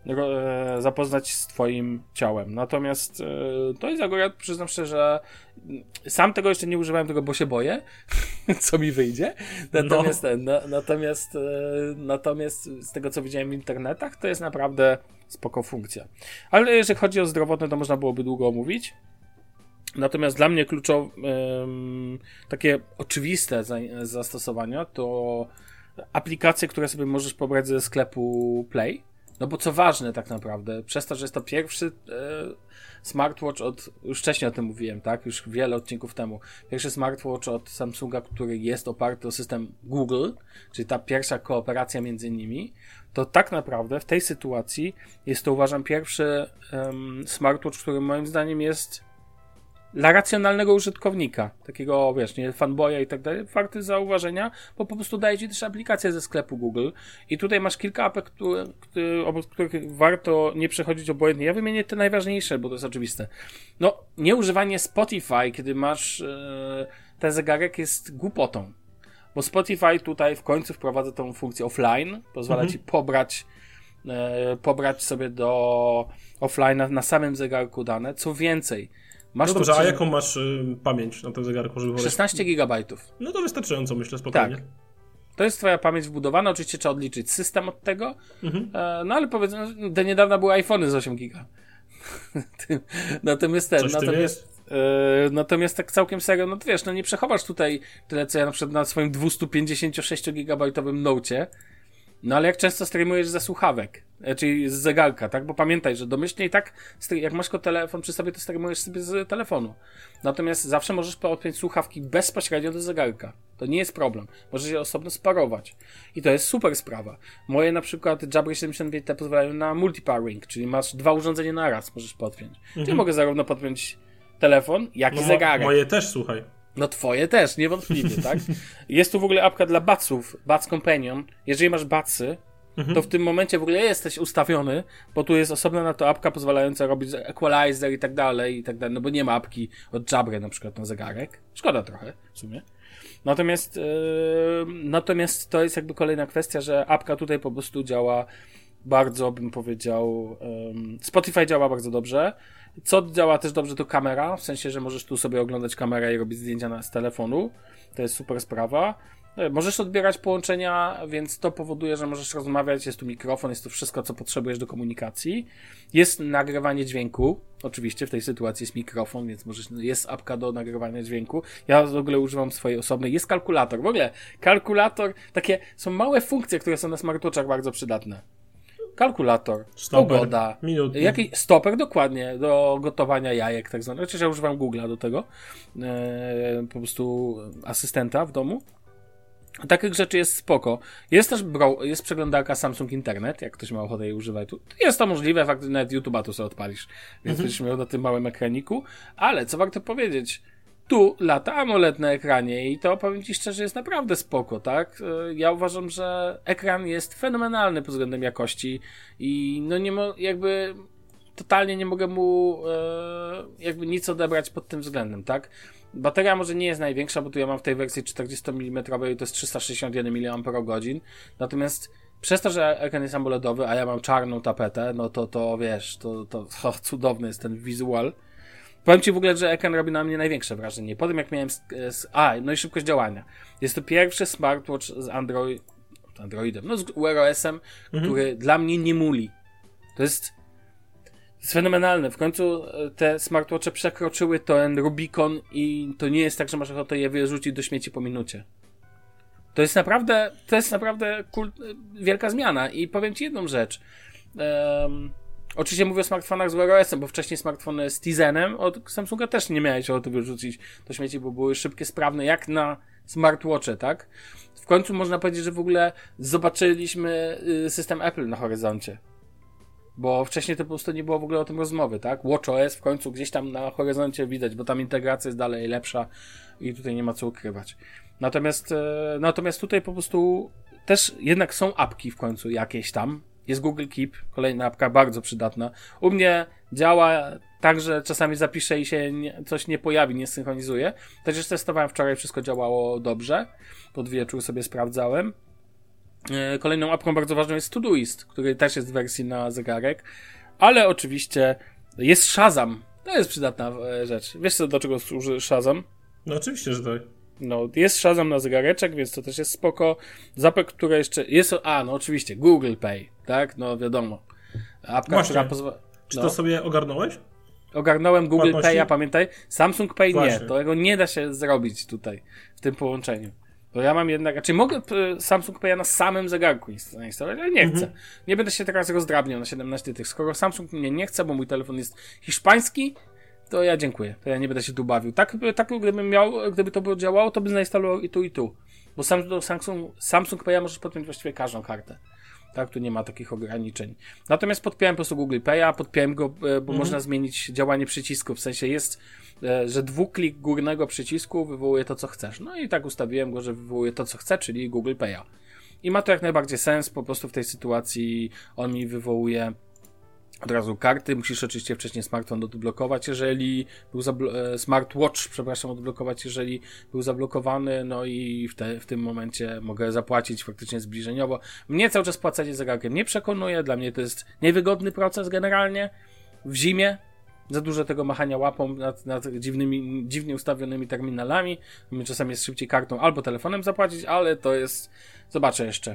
e, zapoznać z twoim ciałem. Natomiast e, to jest akurat, przyznam szczerze, że sam tego jeszcze nie używałem, tego, bo się boję, co mi wyjdzie. Natomiast, no. na, natomiast, e, natomiast z tego, co widziałem w internetach, to jest naprawdę spoko funkcja. Ale jeżeli chodzi o zdrowotne, to można byłoby długo omówić. Natomiast dla mnie kluczowe, um, takie oczywiste za, zastosowania to aplikacje, które sobie możesz pobrać ze sklepu Play. No bo co ważne tak naprawdę, przez to, że jest to pierwszy e, smartwatch od, już wcześniej o tym mówiłem, tak, już wiele odcinków temu, pierwszy smartwatch od Samsunga, który jest oparty o system Google, czyli ta pierwsza kooperacja między nimi, to tak naprawdę w tej sytuacji jest to, uważam, pierwszy um, smartwatch, który moim zdaniem jest dla racjonalnego użytkownika, takiego, wiesz, nie fanboya i tak dalej, warty zauważenia, bo po prostu daje ci też aplikację ze sklepu Google i tutaj masz kilka apek, które, które, obok których warto nie przechodzić obojętnie. Ja wymienię te najważniejsze, bo to jest oczywiste. No, nieużywanie Spotify, kiedy masz e, ten zegarek, jest głupotą, bo Spotify tutaj w końcu wprowadza tą funkcję offline, pozwala mhm. ci pobrać e, pobrać sobie do offline'a na samym zegarku dane. Co więcej, masz no dobrze, a jaką masz y, pamięć na tym zegarku? Żeby szesnaście gigabajtów. No to wystarczająco, myślę, spokojnie. Tak. To jest twoja pamięć wbudowana, oczywiście trzeba odliczyć system od tego, mhm. e, no ale powiedzmy, do niedawna były iPhony z osiem giga. Natomiast ten, Coś natomiast, e, natomiast tak całkiem serio, no to wiesz, no nie przechowasz tutaj tyle, co ja na przykład na swoim dwieście pięćdziesiąt sześć gigabajtowym Nocie. No ale jak często streamujesz ze słuchawek, czyli z zegarka, tak? Bo pamiętaj, że domyślnie i tak, jak masz telefon przy sobie, to streamujesz sobie z telefonu. Natomiast zawsze możesz podpiąć słuchawki bezpośrednio do zegarka. To nie jest problem. Możesz je osobno sparować. I to jest super sprawa. Moje na przykład Jabry siedemdziesiąt pięć T pozwalają na multipairing, czyli masz dwa urządzenia na raz, możesz podpiąć. Mhm. Czyli mogę zarówno podpiąć telefon, jak no, i zegarek. Moje też, słuchaj. No twoje też, niewątpliwie, tak? Jest tu w ogóle apka dla Budsów, Buds Companion. Jeżeli masz Budsy, mhm. to w tym momencie w ogóle jesteś ustawiony, bo tu jest osobna na to apka pozwalająca robić equalizer i tak dalej, i tak dalej, no bo nie ma apki od Jabry na przykład na zegarek. Szkoda trochę, w sumie. Natomiast, yy, natomiast to jest jakby kolejna kwestia, że apka tutaj po prostu działa bardzo, bym powiedział, yy, Spotify działa bardzo dobrze. Co działa też dobrze, to kamera, w sensie, że możesz tu sobie oglądać kamerę i robić zdjęcia na, z telefonu. To jest super sprawa. Możesz odbierać połączenia, więc to powoduje, że możesz rozmawiać, jest tu mikrofon, jest tu wszystko, co potrzebujesz do komunikacji. Jest nagrywanie dźwięku, oczywiście w tej sytuacji jest mikrofon, więc możesz, jest apka do nagrywania dźwięku. Ja w ogóle używam swojej osobnej. Jest kalkulator, w ogóle kalkulator, takie są małe funkcje, które są na smartwatchach bardzo przydatne. Kalkulator, stoper, pogoda, minuty. Jaki, stoper dokładnie, do gotowania jajek tak zwane. Chociaż ja używam Google'a do tego, e, po prostu asystenta w domu. Takich rzeczy jest spoko. Jest też bro, jest przeglądarka Samsung Internet, jak ktoś ma ochotę jej używać. Tu jest to możliwe, faktycznie nawet YouTube'a tu sobie odpalisz, więc mhm. będziesz miał na tym małym ekraniku. Ale co warto powiedzieć, tu lata AMOLED na ekranie i to, powiem ci szczerze, jest naprawdę spoko, tak? Ja uważam, że ekran jest fenomenalny pod względem jakości i no nie mo- jakby totalnie nie mogę mu e, jakby nic odebrać pod tym względem, tak? Bateria może nie jest największa, bo tu ja mam w tej wersji czterdziestomilimmetrowej, to jest trzysta sześćdziesiąt jeden miliampergodzin, natomiast przez to, że ekran jest AMOLEDowy, a ja mam czarną tapetę, no to to wiesz, to, to, to cudowny jest ten wizual. Powiem ci w ogóle, że ekran robi na mnie największe wrażenie. Potem jak miałem... Z, z, a, no i szybkość działania. Jest to pierwszy smartwatch z Android, Androidem, no z Wear O S em, mhm. który dla mnie nie muli. To jest, to jest fenomenalne. W końcu te smartwatche przekroczyły ten Rubikon i to nie jest tak, że masz ochotę je wyrzucić do śmieci po minucie. To jest naprawdę, to jest naprawdę kult, wielka zmiana. I powiem ci jedną rzecz. Um, Oczywiście mówię o smartfonach z Wear O S em, bo wcześniej smartfony z Tizenem od Samsunga też nie miałeś ochoty wyrzucić do śmieci, bo były szybkie, sprawne, jak na smartwatche, tak? W końcu można powiedzieć, że w ogóle zobaczyliśmy system Apple na horyzoncie. Bo wcześniej to po prostu nie było w ogóle o tym rozmowy, tak? WatchOS w końcu gdzieś tam na horyzoncie widać, bo tam integracja jest dalej lepsza i tutaj nie ma co ukrywać. Natomiast, natomiast tutaj po prostu też jednak są apki w końcu jakieś tam. Jest Google Keep, kolejna apka bardzo przydatna. U mnie działa tak, że czasami zapiszę i się nie, coś nie pojawi, nie synchronizuje. Też testowałem wczoraj, wszystko działało dobrze. Pod wieczór sobie sprawdzałem. Kolejną apką bardzo ważną jest Todoist, który też jest w wersji na zegarek. Ale oczywiście jest Shazam. To jest przydatna rzecz. Wiesz co, do czego służy Shazam? No oczywiście, że tak. No, jest Shazam na zegareczek, więc to też jest spoko. Zapek, która jeszcze jest... A, no oczywiście, Google Pay, tak? No wiadomo. Apka, Właśnie. która pozwala... Czy no. to sobie ogarnąłeś? Ogarnąłem Google Płatności? Pay, a pamiętaj, Samsung Pay Właśnie. nie. Tego nie da się zrobić tutaj, w tym połączeniu. Bo ja mam jednak... Znaczy mogę Samsung Pay na samym zegarku zainstalować, ale nie chcę. Mhm. Nie będę się teraz rozdrabniał na siedemnaście tych. Skoro Samsung mnie nie chce, bo mój telefon jest hiszpański, to ja dziękuję. To ja nie będę się tu bawił. Tak, tak gdybym miał, gdyby to było działało, to bym zainstalował i tu, i tu. Bo sam, do Samsung, Samsung Pay'a możesz podpiąć właściwie każdą kartę. Tak, tu nie ma takich ograniczeń. Natomiast podpiąłem po prostu Google Pay'a, podpiąłem go, bo mhm. można zmienić działanie przycisku. W sensie jest, że dwuklik górnego przycisku wywołuje to, co chcesz. No i tak ustawiłem go, że wywołuje to, co chcę, czyli Google Pay'a. I ma to jak najbardziej sens. Po prostu w tej sytuacji on mi wywołuje od razu karty. Musisz oczywiście wcześniej smartfon odblokować, jeżeli był zablo- smartwatch, przepraszam, odblokować, jeżeli był zablokowany, no i w, te, w tym momencie mogę zapłacić faktycznie zbliżeniowo. Mnie cały czas płacenie zegarkiem nie przekonuje, dla mnie to jest niewygodny proces generalnie w zimie. Za dużo tego machania łapą nad, nad dziwnymi, dziwnie ustawionymi terminalami. My czasami jest szybciej kartą albo telefonem zapłacić, ale to jest... Zobaczę jeszcze.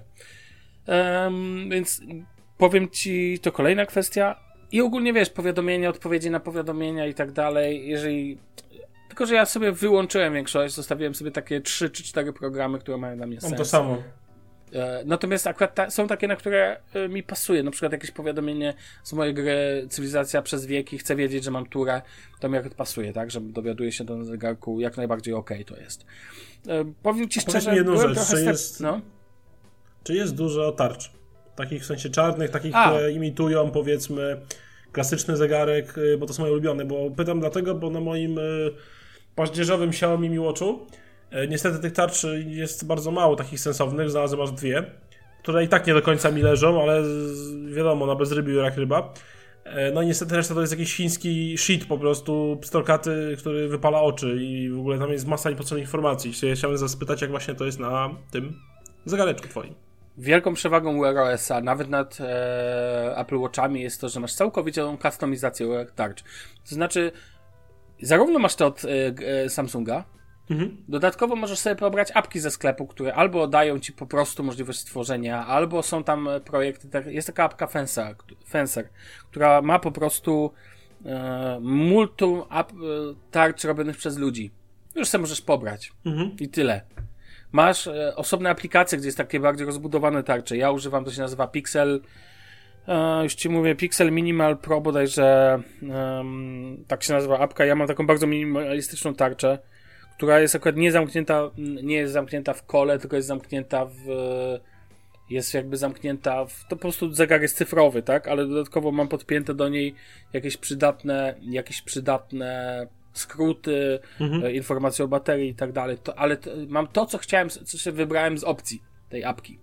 Um, więc... Powiem ci, to kolejna kwestia i ogólnie wiesz, powiadomienia, odpowiedzi na powiadomienia i tak dalej, jeżeli... Tylko, że ja sobie wyłączyłem większość, zostawiłem sobie takie trzy czy cztery programy, które mają dla mnie sens. Mam to samo. E, natomiast akurat ta, są takie, na które e, mi pasuje, na przykład jakieś powiadomienie z mojej gry Cywilizacja przez wieki, chcę wiedzieć, że mam turę, to mi akurat pasuje, tak, że dowiaduję się do zegarku, jak najbardziej okej okay to jest. E, powiem ci A szczerze, jedną byłem rzecz, trochę czy step... jest, no? czy jest dużo tarcz? Takich w sensie czarnych, takich, A. które imitują, powiedzmy, klasyczny zegarek, bo to są moje ulubione, bo pytam dlatego, bo na moim paździerzowym Xiaomi Mi Watchu niestety tych tarcz jest bardzo mało takich sensownych, znalazłem aż dwie, które i tak nie do końca mi leżą, ale wiadomo, na bezrybiu jak ryba. No i niestety reszta to jest jakiś chiński shit po prostu, pstrokaty, który wypala oczy i w ogóle tam jest masa niepotrzebnych informacji. Chciałem zapytać, jak właśnie to jest na tym zegareczku twoim. Wielką przewagą Wear O S a, nawet nad e, Apple Watchami, jest to, że masz całkowitą kustomizację tarcz. To znaczy, zarówno masz to od e, e, Samsunga, mhm. dodatkowo możesz sobie pobrać apki ze sklepu, które albo dają ci po prostu możliwość stworzenia, albo są tam projekty, jest taka apka Fencer, Fencer która ma po prostu e, multum ap, tarcz robionych przez ludzi. Już sobie możesz pobrać. Mhm. I tyle. Masz e, osobne aplikacje, gdzie jest takie bardziej rozbudowane tarcze. Ja używam, to się nazywa Pixel, e, już ci mówię, Pixel Minimal Pro bodajże, e, tak się nazywa apka. Ja mam taką bardzo minimalistyczną tarczę, która jest akurat nie zamknięta, nie jest zamknięta w kole, tylko jest zamknięta w... jest jakby zamknięta w... to po prostu zegar jest cyfrowy, tak? Ale dodatkowo mam podpięte do niej jakieś przydatne, jakieś przydatne skróty, mhm. e, informacje o baterii i tak dalej. To, ale to, mam to, co chciałem, co się wybrałem z opcji tej apki.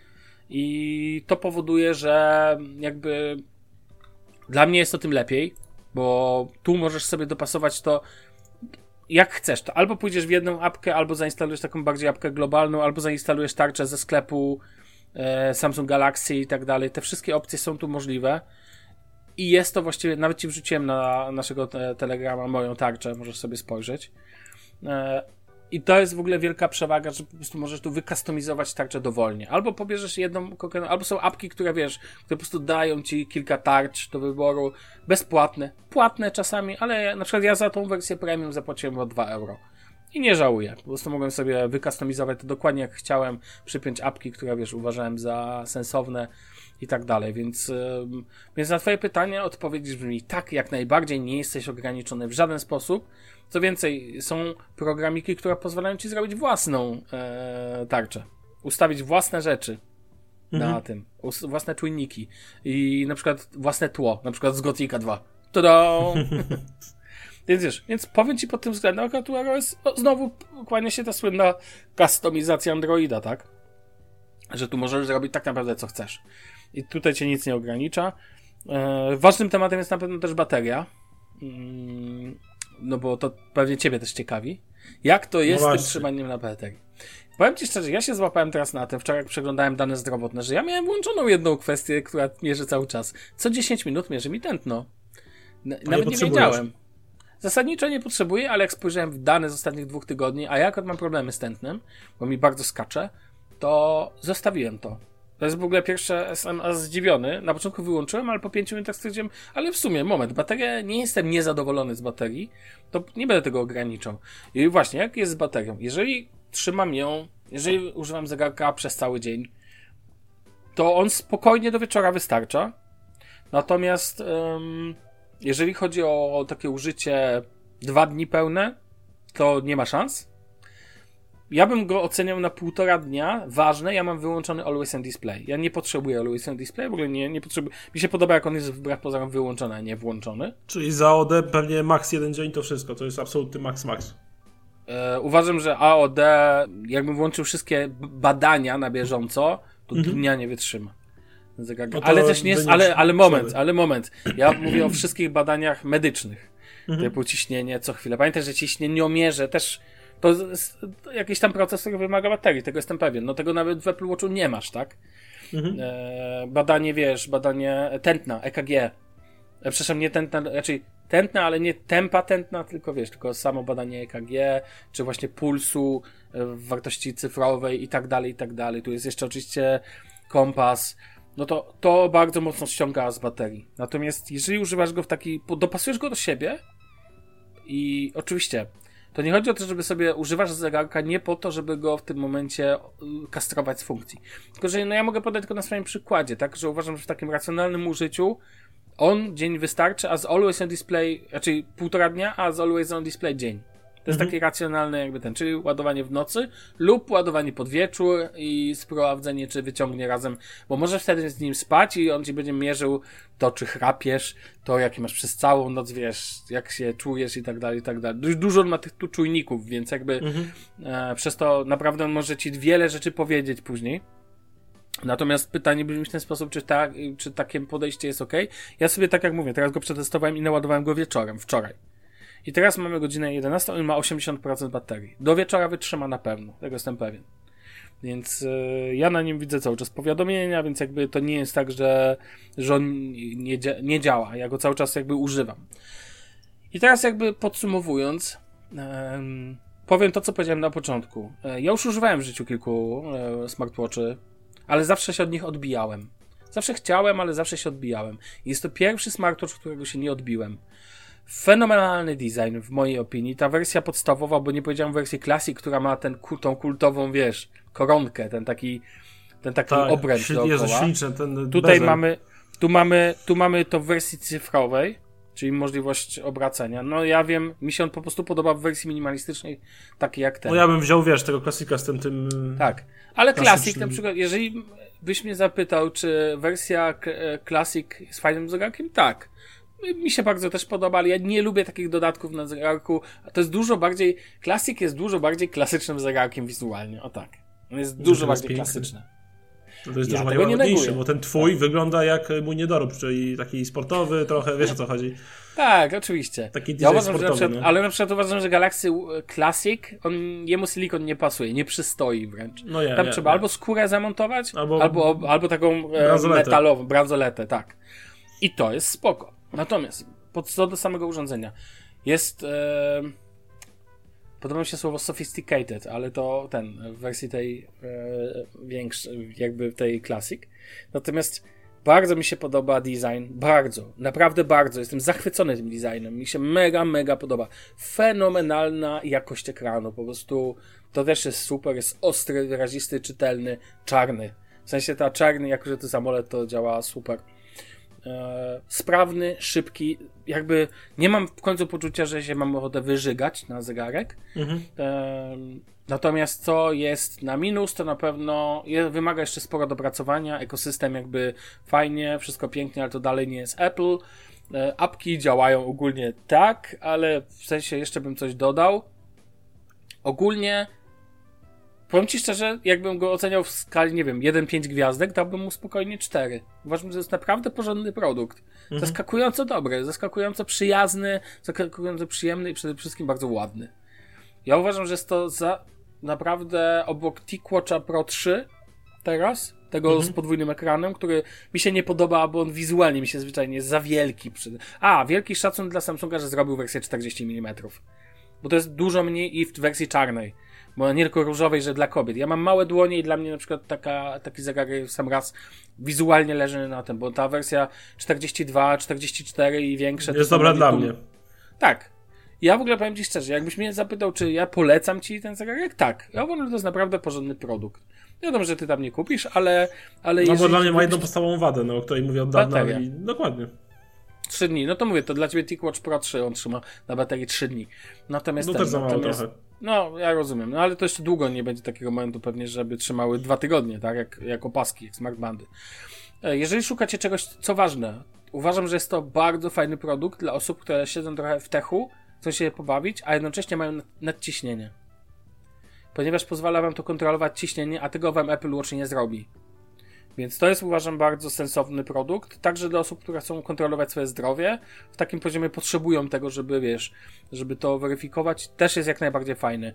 I to powoduje, że jakby dla mnie jest to tym lepiej, bo tu możesz sobie dopasować to jak chcesz. To albo pójdziesz w jedną apkę, albo zainstalujesz taką bardziej apkę globalną, albo zainstalujesz tarczę ze sklepu e, Samsung Galaxy i tak dalej. Te wszystkie opcje są tu możliwe. I jest to właściwie, nawet ci wrzuciłem na naszego te, Telegrama moją tarczę, możesz sobie spojrzeć. E, I to jest w ogóle wielka przewaga, że po prostu możesz tu wykustomizować tarczę dowolnie. Albo pobierzesz jedną, albo są apki, które wiesz, które po prostu dają ci kilka tarcz do wyboru, bezpłatne, płatne czasami, ale na przykład ja za tą wersję premium zapłaciłem o dwa euro. I nie żałuję. Po prostu mogłem sobie wykustomizować to dokładnie jak chciałem, przypiąć apki, które wiesz, uważałem za sensowne i tak dalej, więc, yy, więc na twoje pytanie odpowiedź brzmi tak, jak najbardziej, nie jesteś ograniczony w żaden sposób. Co więcej, są programiki, które pozwalają ci zrobić własną e, tarczę. Ustawić własne rzeczy mhm. na tym. Us- własne czujniki. I na przykład własne tło. Na przykład z Gothica dwa. Tada! Więc wiesz, więc powiem ci pod tym względem, akurat jest, no, znowu kłania się ta słynna kustomizacja Androida, tak? Że tu możesz zrobić tak naprawdę co chcesz. I tutaj cię nic nie ogranicza. E, ważnym tematem jest na pewno też bateria. Mm, no bo to pewnie ciebie też ciekawi. Jak to jest no z tym trzymaniem na baterii? Powiem ci szczerze, ja się złapałem teraz na tym, wczoraj jak przeglądałem dane zdrowotne, że ja miałem włączoną jedną kwestię, która mierzy cały czas. Co dziesięć minut mierzy mi tętno. N- nawet nie, nie wiedziałem. Zasadniczo nie potrzebuję, ale jak spojrzałem w dane z ostatnich dwóch tygodni, a ja akurat mam problemy z tętnem, bo mi bardzo skacze, to zostawiłem to. To jest w ogóle pierwsze, jestem zdziwiony. Na początku wyłączyłem, ale po pięciu minutach stwierdziłem, ale w sumie, moment, bateria, nie jestem niezadowolony z baterii, to nie będę tego ograniczał. I właśnie, jak jest z baterią? Jeżeli trzymam ją, jeżeli używam zegarka przez cały dzień, to on spokojnie do wieczora wystarcza. Natomiast um, jeżeli chodzi o, o takie użycie dwa dni pełne, to nie ma szans. Ja bym go oceniał na półtora dnia. Ważne, ja mam wyłączony Always on Display. Ja nie potrzebuję Always on Display, w ogóle nie, nie potrzebuję. Mi się podoba, jak on jest wbrew pozorom wyłączony, a nie włączony. Czyli za A O D pewnie max jeden dzień to wszystko, to jest absolutny max max. E, uważam, że A O D, jakbym włączył wszystkie badania na bieżąco, to mhm. dnia nie wytrzyma. No ale też nie jest, ale, ale moment, ale moment. Ja mówię o wszystkich badaniach medycznych. Mhm. Typu ciśnienie co chwilę. Pamiętaj, że ciśnieniomierze też to jest jakiś tam proces, który wymaga baterii, tego jestem pewien. No tego nawet w Apple Watchu nie masz, tak? Mhm. E, badanie, wiesz, badanie tętna, E K G. E, przepraszam, nie tętna, raczej tętna, ale nie tempa tętna, tylko wiesz, tylko samo badanie E K G, czy właśnie pulsu e, w wartości cyfrowej i tak dalej, i tak dalej. Tu jest jeszcze oczywiście kompas. No to to bardzo mocno ściąga z baterii. Natomiast jeżeli używasz go w taki, dopasujesz go do siebie i oczywiście to nie chodzi o to, żeby sobie używasz zegarka nie po to, żeby go w tym momencie kastrować z funkcji. Tylko, że no ja mogę podać tylko na swoim przykładzie, tak, że uważam, że w takim racjonalnym użyciu on dzień wystarczy, a z Always on Display, raczej półtora dnia, a z Always on Display dzień. To jest mhm. takie racjonalne jakby ten, czyli ładowanie w nocy lub ładowanie pod wieczór i sprawdzenie, czy wyciągnie razem, bo możesz wtedy z nim spać i on ci będzie mierzył to, czy chrapiesz, to jaki masz przez całą noc, wiesz, jak się czujesz i tak dalej, i tak dalej. Dużo on ma tych tu czujników, więc jakby mhm. e, przez to naprawdę on może ci wiele rzeczy powiedzieć później. Natomiast pytanie brzmi w ten sposób, czy, ta, czy takie podejście jest ok. Ja sobie tak jak mówię, teraz go przetestowałem i naładowałem go wieczorem, wczoraj. I teraz mamy godzinę jedenastą, on ma osiemdziesiąt procent baterii. Do wieczora wytrzyma na pewno, tego jestem pewien. Więc yy, ja na nim widzę cały czas powiadomienia, więc jakby to nie jest tak, że, że on nie, dzia- nie działa. Ja go cały czas jakby używam. I teraz jakby podsumowując, yy, powiem to, co powiedziałem na początku. Yy, ja już używałem w życiu kilku yy, smartwatchy, ale zawsze się od nich odbijałem. Zawsze chciałem, ale zawsze się odbijałem. I jest to pierwszy smartwatch, którego się nie odbiłem. Fenomenalny design w mojej opinii. Ta wersja podstawowa, bo nie powiedziałem wersji Classic, która ma ten, tą kultową, wiesz, koronkę, ten taki ten taki tak, obręcz dookoła. Śliczne, ten Tutaj mamy, tu mamy, tu mamy to w wersji cyfrowej, czyli możliwość obracania. No ja wiem, mi się on po prostu podoba w wersji minimalistycznej, takiej jak ten. No ja bym wziął, wiesz, tego klasika z tym tym... Tak, ale klasycznym. Classic na przykład, jeżeli byś mnie zapytał, czy wersja Classic jest fajnym zegarkiem, tak. Mi się bardzo też podoba, ale ja nie lubię takich dodatków na zegarku. To jest dużo bardziej, Classic jest dużo bardziej klasycznym zegarkiem wizualnie, o tak. On jest dużo bardziej klasyczny. No to jest Ja dużo tego nie ładniejszy, neguję. bo ten twój tak. wygląda jak mój niedorób, czyli taki sportowy trochę, wiesz o co chodzi. Tak, oczywiście. Taki ja uważam, sportowy, że na przykład, no. ale na przykład uważam, że Galaxy Classic, on, jemu silikon nie pasuje, nie przystoi wręcz. No ja, Tam ja, trzeba ja. albo skórę zamontować, Albo- albo, albo taką e, Bransoletę. metalową, bransoletę, tak. I to jest spoko. Natomiast, pod, co do samego urządzenia, jest... E, podoba mi się słowo sophisticated, ale to ten, w wersji tej e, większej, jakby tej Classic. Natomiast bardzo mi się podoba design, bardzo, naprawdę bardzo, jestem zachwycony tym designem, mi się mega, mega podoba. Fenomenalna jakość ekranu, po prostu to też jest super, jest ostry, wyrazisty, czytelny, czarny. W sensie ta czarny, jako że to jest AMOLED, to działa super. E, sprawny, szybki, jakby nie mam w końcu poczucia, że się mam ochotę wyżygać na zegarek. Mhm. E, natomiast co jest na minus, to na pewno je, wymaga jeszcze sporo dopracowania, ekosystem jakby fajnie, wszystko pięknie, ale to dalej nie jest Apple. E, apki działają ogólnie tak, ale w sensie jeszcze bym coś dodał. Ogólnie powiem ci szczerze, jakbym go oceniał w skali, nie wiem, jeden pięć gwiazdek, dałbym mu spokojnie cztery. Uważam, że to jest naprawdę porządny produkt. Mhm. Zaskakująco dobry, zaskakująco przyjazny, zaskakująco przyjemny i przede wszystkim bardzo ładny. Ja uważam, że jest to za naprawdę obok TicWatcha Pro trzy teraz, tego mhm. z podwójnym ekranem, który mi się nie podoba, bo on wizualnie mi się zwyczajnie jest za wielki. Przy... A, wielki szacun dla Samsunga, że zrobił wersję czterdzieści milimetrów. Bo to jest dużo mniej i w wersji czarnej. Bo nie tylko różowej, że dla kobiet. Ja mam małe dłonie i dla mnie na przykład taka, taki zegarek sam raz wizualnie leży na tym, bo ta wersja czterdzieści dwa, czterdzieści cztery i większe... Jest dobra dla mnie. Tak. Ja w ogóle powiem ci szczerze, jakbyś mnie zapytał, czy ja polecam ci ten zegarek, tak. Ja uważam, że to jest naprawdę porządny produkt. Wiadomo, że ty tam nie kupisz, ale... ale no bo dla mnie kupisz... ma jedną podstawową wadę, no, o której mówię od dawna. Bateria. I... Dokładnie. Trzy dni. No to mówię, to dla ciebie TicWatch Pro trzy on trzyma na baterii trzy dni. Natomiast No ten, też za mało natomiast... trochę. No, ja rozumiem. No ale to jeszcze długo nie będzie takiego momentu pewnie, żeby trzymały dwa tygodnie, tak? Jak, jak opaski, jak smartbandy. Jeżeli szukacie czegoś, co ważne, uważam, że jest to bardzo fajny produkt dla osób, które siedzą trochę w techu, chcą się pobawić, a jednocześnie mają nadciśnienie. Ponieważ pozwala wam to kontrolować ciśnienie, a tego wam Apple Watch nie zrobi. Więc to jest, uważam, bardzo sensowny produkt, także dla osób, które chcą kontrolować swoje zdrowie, w takim poziomie potrzebują tego, żeby, wiesz, żeby to weryfikować, też jest jak najbardziej fajny.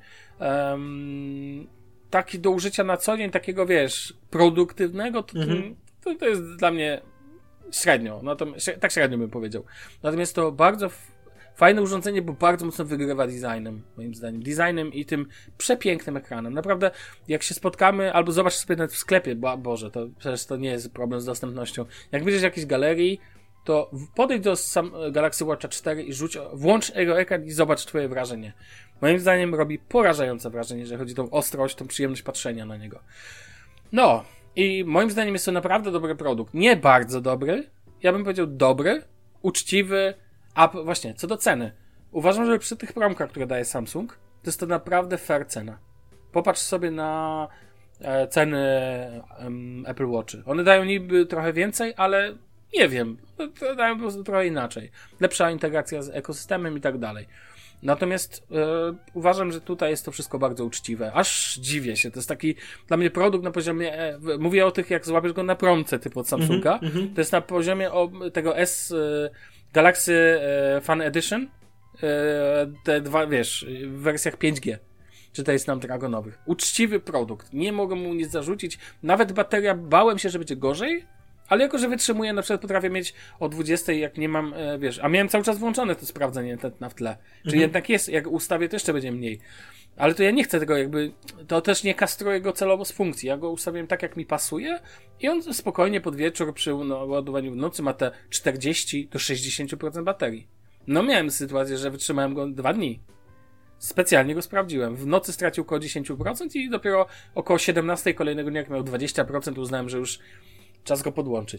Um, taki do użycia na co dzień, takiego, wiesz, produktywnego, to, mhm. to, to jest dla mnie średnio, no to, tak średnio bym powiedział. Natomiast to bardzo fajne urządzenie, bo bardzo mocno wygrywa designem, moim zdaniem. Designem i tym przepięknym ekranem. Naprawdę, jak się spotkamy, albo zobaczysz sobie nawet w sklepie, bo Boże, to przecież to nie jest problem z dostępnością. Jak będziesz w jakiejś galerii, to podejdź do sam Galaxy Watcha cztery i rzuć, włącz jego ekran i zobacz twoje wrażenie. Moim zdaniem robi porażające wrażenie, jeżeli chodzi o tą ostrość, tą przyjemność patrzenia na niego. No, i moim zdaniem jest to naprawdę dobry produkt. Nie bardzo dobry, ja bym powiedział dobry, uczciwy. A właśnie, co do ceny. Uważam, że przy tych promkach, które daje Samsung, to jest to naprawdę fair cena. Popatrz sobie na e, ceny um, Apple Watchy. One dają niby trochę więcej, ale nie wiem. To dają po prostu trochę inaczej. Lepsza integracja z ekosystemem i tak dalej. Natomiast e, uważam, że tutaj jest to wszystko bardzo uczciwe. Aż dziwię się. To jest taki dla mnie produkt na poziomie... E, mówię o tych, jak złapiesz go na promce typu od Samsunga. Mm-hmm. To jest na poziomie o, tego S... E, Galaxy e, Fan Edition, e, te dwa, wiesz, w wersjach pięć G, czy to jest Snapdragonowych. Uczciwy produkt, nie mogę mu nic zarzucić, nawet bateria, bałem się, że będzie gorzej, ale jako, że wytrzymuję, na przykład potrafię mieć o dwudziestej, jak nie mam, e, wiesz, a miałem cały czas włączone to sprawdzenie na w tle, czyli mhm. jednak jest, jak ustawię, to jeszcze będzie mniej. Ale to ja nie chcę tego jakby, to też nie kastruję go celowo z funkcji, ja go ustawiam tak, jak mi pasuje i on spokojnie pod wieczór przy no, ładowaniu w nocy ma te czterdzieści do sześćdziesiąt procent baterii. No miałem sytuację, że wytrzymałem go dwa dni. Specjalnie go sprawdziłem. W nocy stracił około dziesięć procent i dopiero około siedemnaście kolejnego dnia, jak miał dwadzieścia procent, uznałem, że już czas go podłączyć.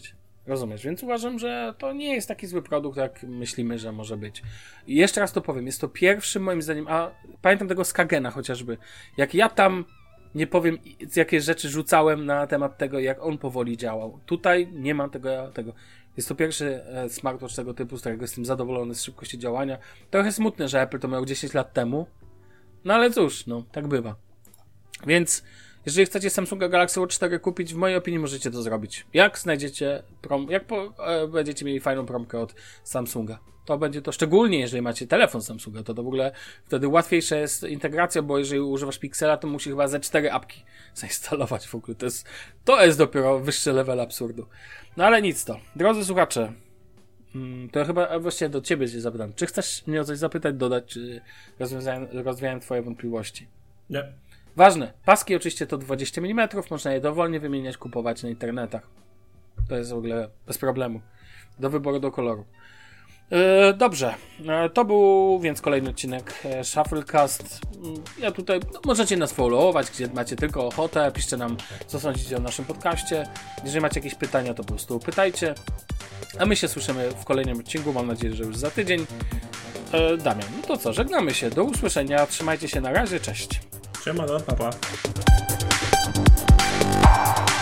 Rozumiesz? Więc uważam, że to nie jest taki zły produkt, jak myślimy, że może być. I jeszcze raz to powiem, jest to pierwszy moim zdaniem, a pamiętam tego Skagena chociażby, jak ja tam nie powiem, jakie rzeczy rzucałem na temat tego, jak on powoli działał. Tutaj nie mam tego, tego. Jest to pierwszy smartwatch tego typu, z którego jestem zadowolony z szybkości działania. Trochę smutne, że Apple to miał dziesięć lat temu, no ale cóż, no, tak bywa. Więc jeżeli chcecie Samsunga Galaxy Watch cztery kupić, w mojej opinii możecie to zrobić. Jak znajdziecie prom, jak po, e, będziecie mieli fajną promkę od Samsunga. To będzie to szczególnie, jeżeli macie telefon Samsunga, to to w ogóle wtedy łatwiejsza jest integracja, bo jeżeli używasz Pixela, to musi chyba ze cztery apki zainstalować w ogóle. To jest, to jest dopiero wyższy level absurdu. No ale nic to. Drodzy słuchacze, to ja chyba właściwie do ciebie się zapytam. Czy chcesz mnie o coś zapytać, dodać, czy rozwiązałem, rozwiałem twoje wątpliwości? Nie. Ważne. Paski oczywiście to dwadzieścia milimetrów, można je dowolnie wymieniać, kupować na internetach. To jest w ogóle bez problemu. Do wyboru, do koloru. Yy, dobrze. Yy, to był więc kolejny odcinek e, Shufflecast. Yy, ja tutaj, no, możecie nas followować, gdzie macie tylko ochotę. Piszcie nam, co sądzicie o naszym podcaście. Jeżeli macie jakieś pytania, to po prostu pytajcie. A my się słyszymy w kolejnym odcinku. Mam nadzieję, że już za tydzień. Yy, Damian, no to co? Żegnamy się. Do usłyszenia. Trzymajcie się na razie. Cześć. Siema, no, pa, pa.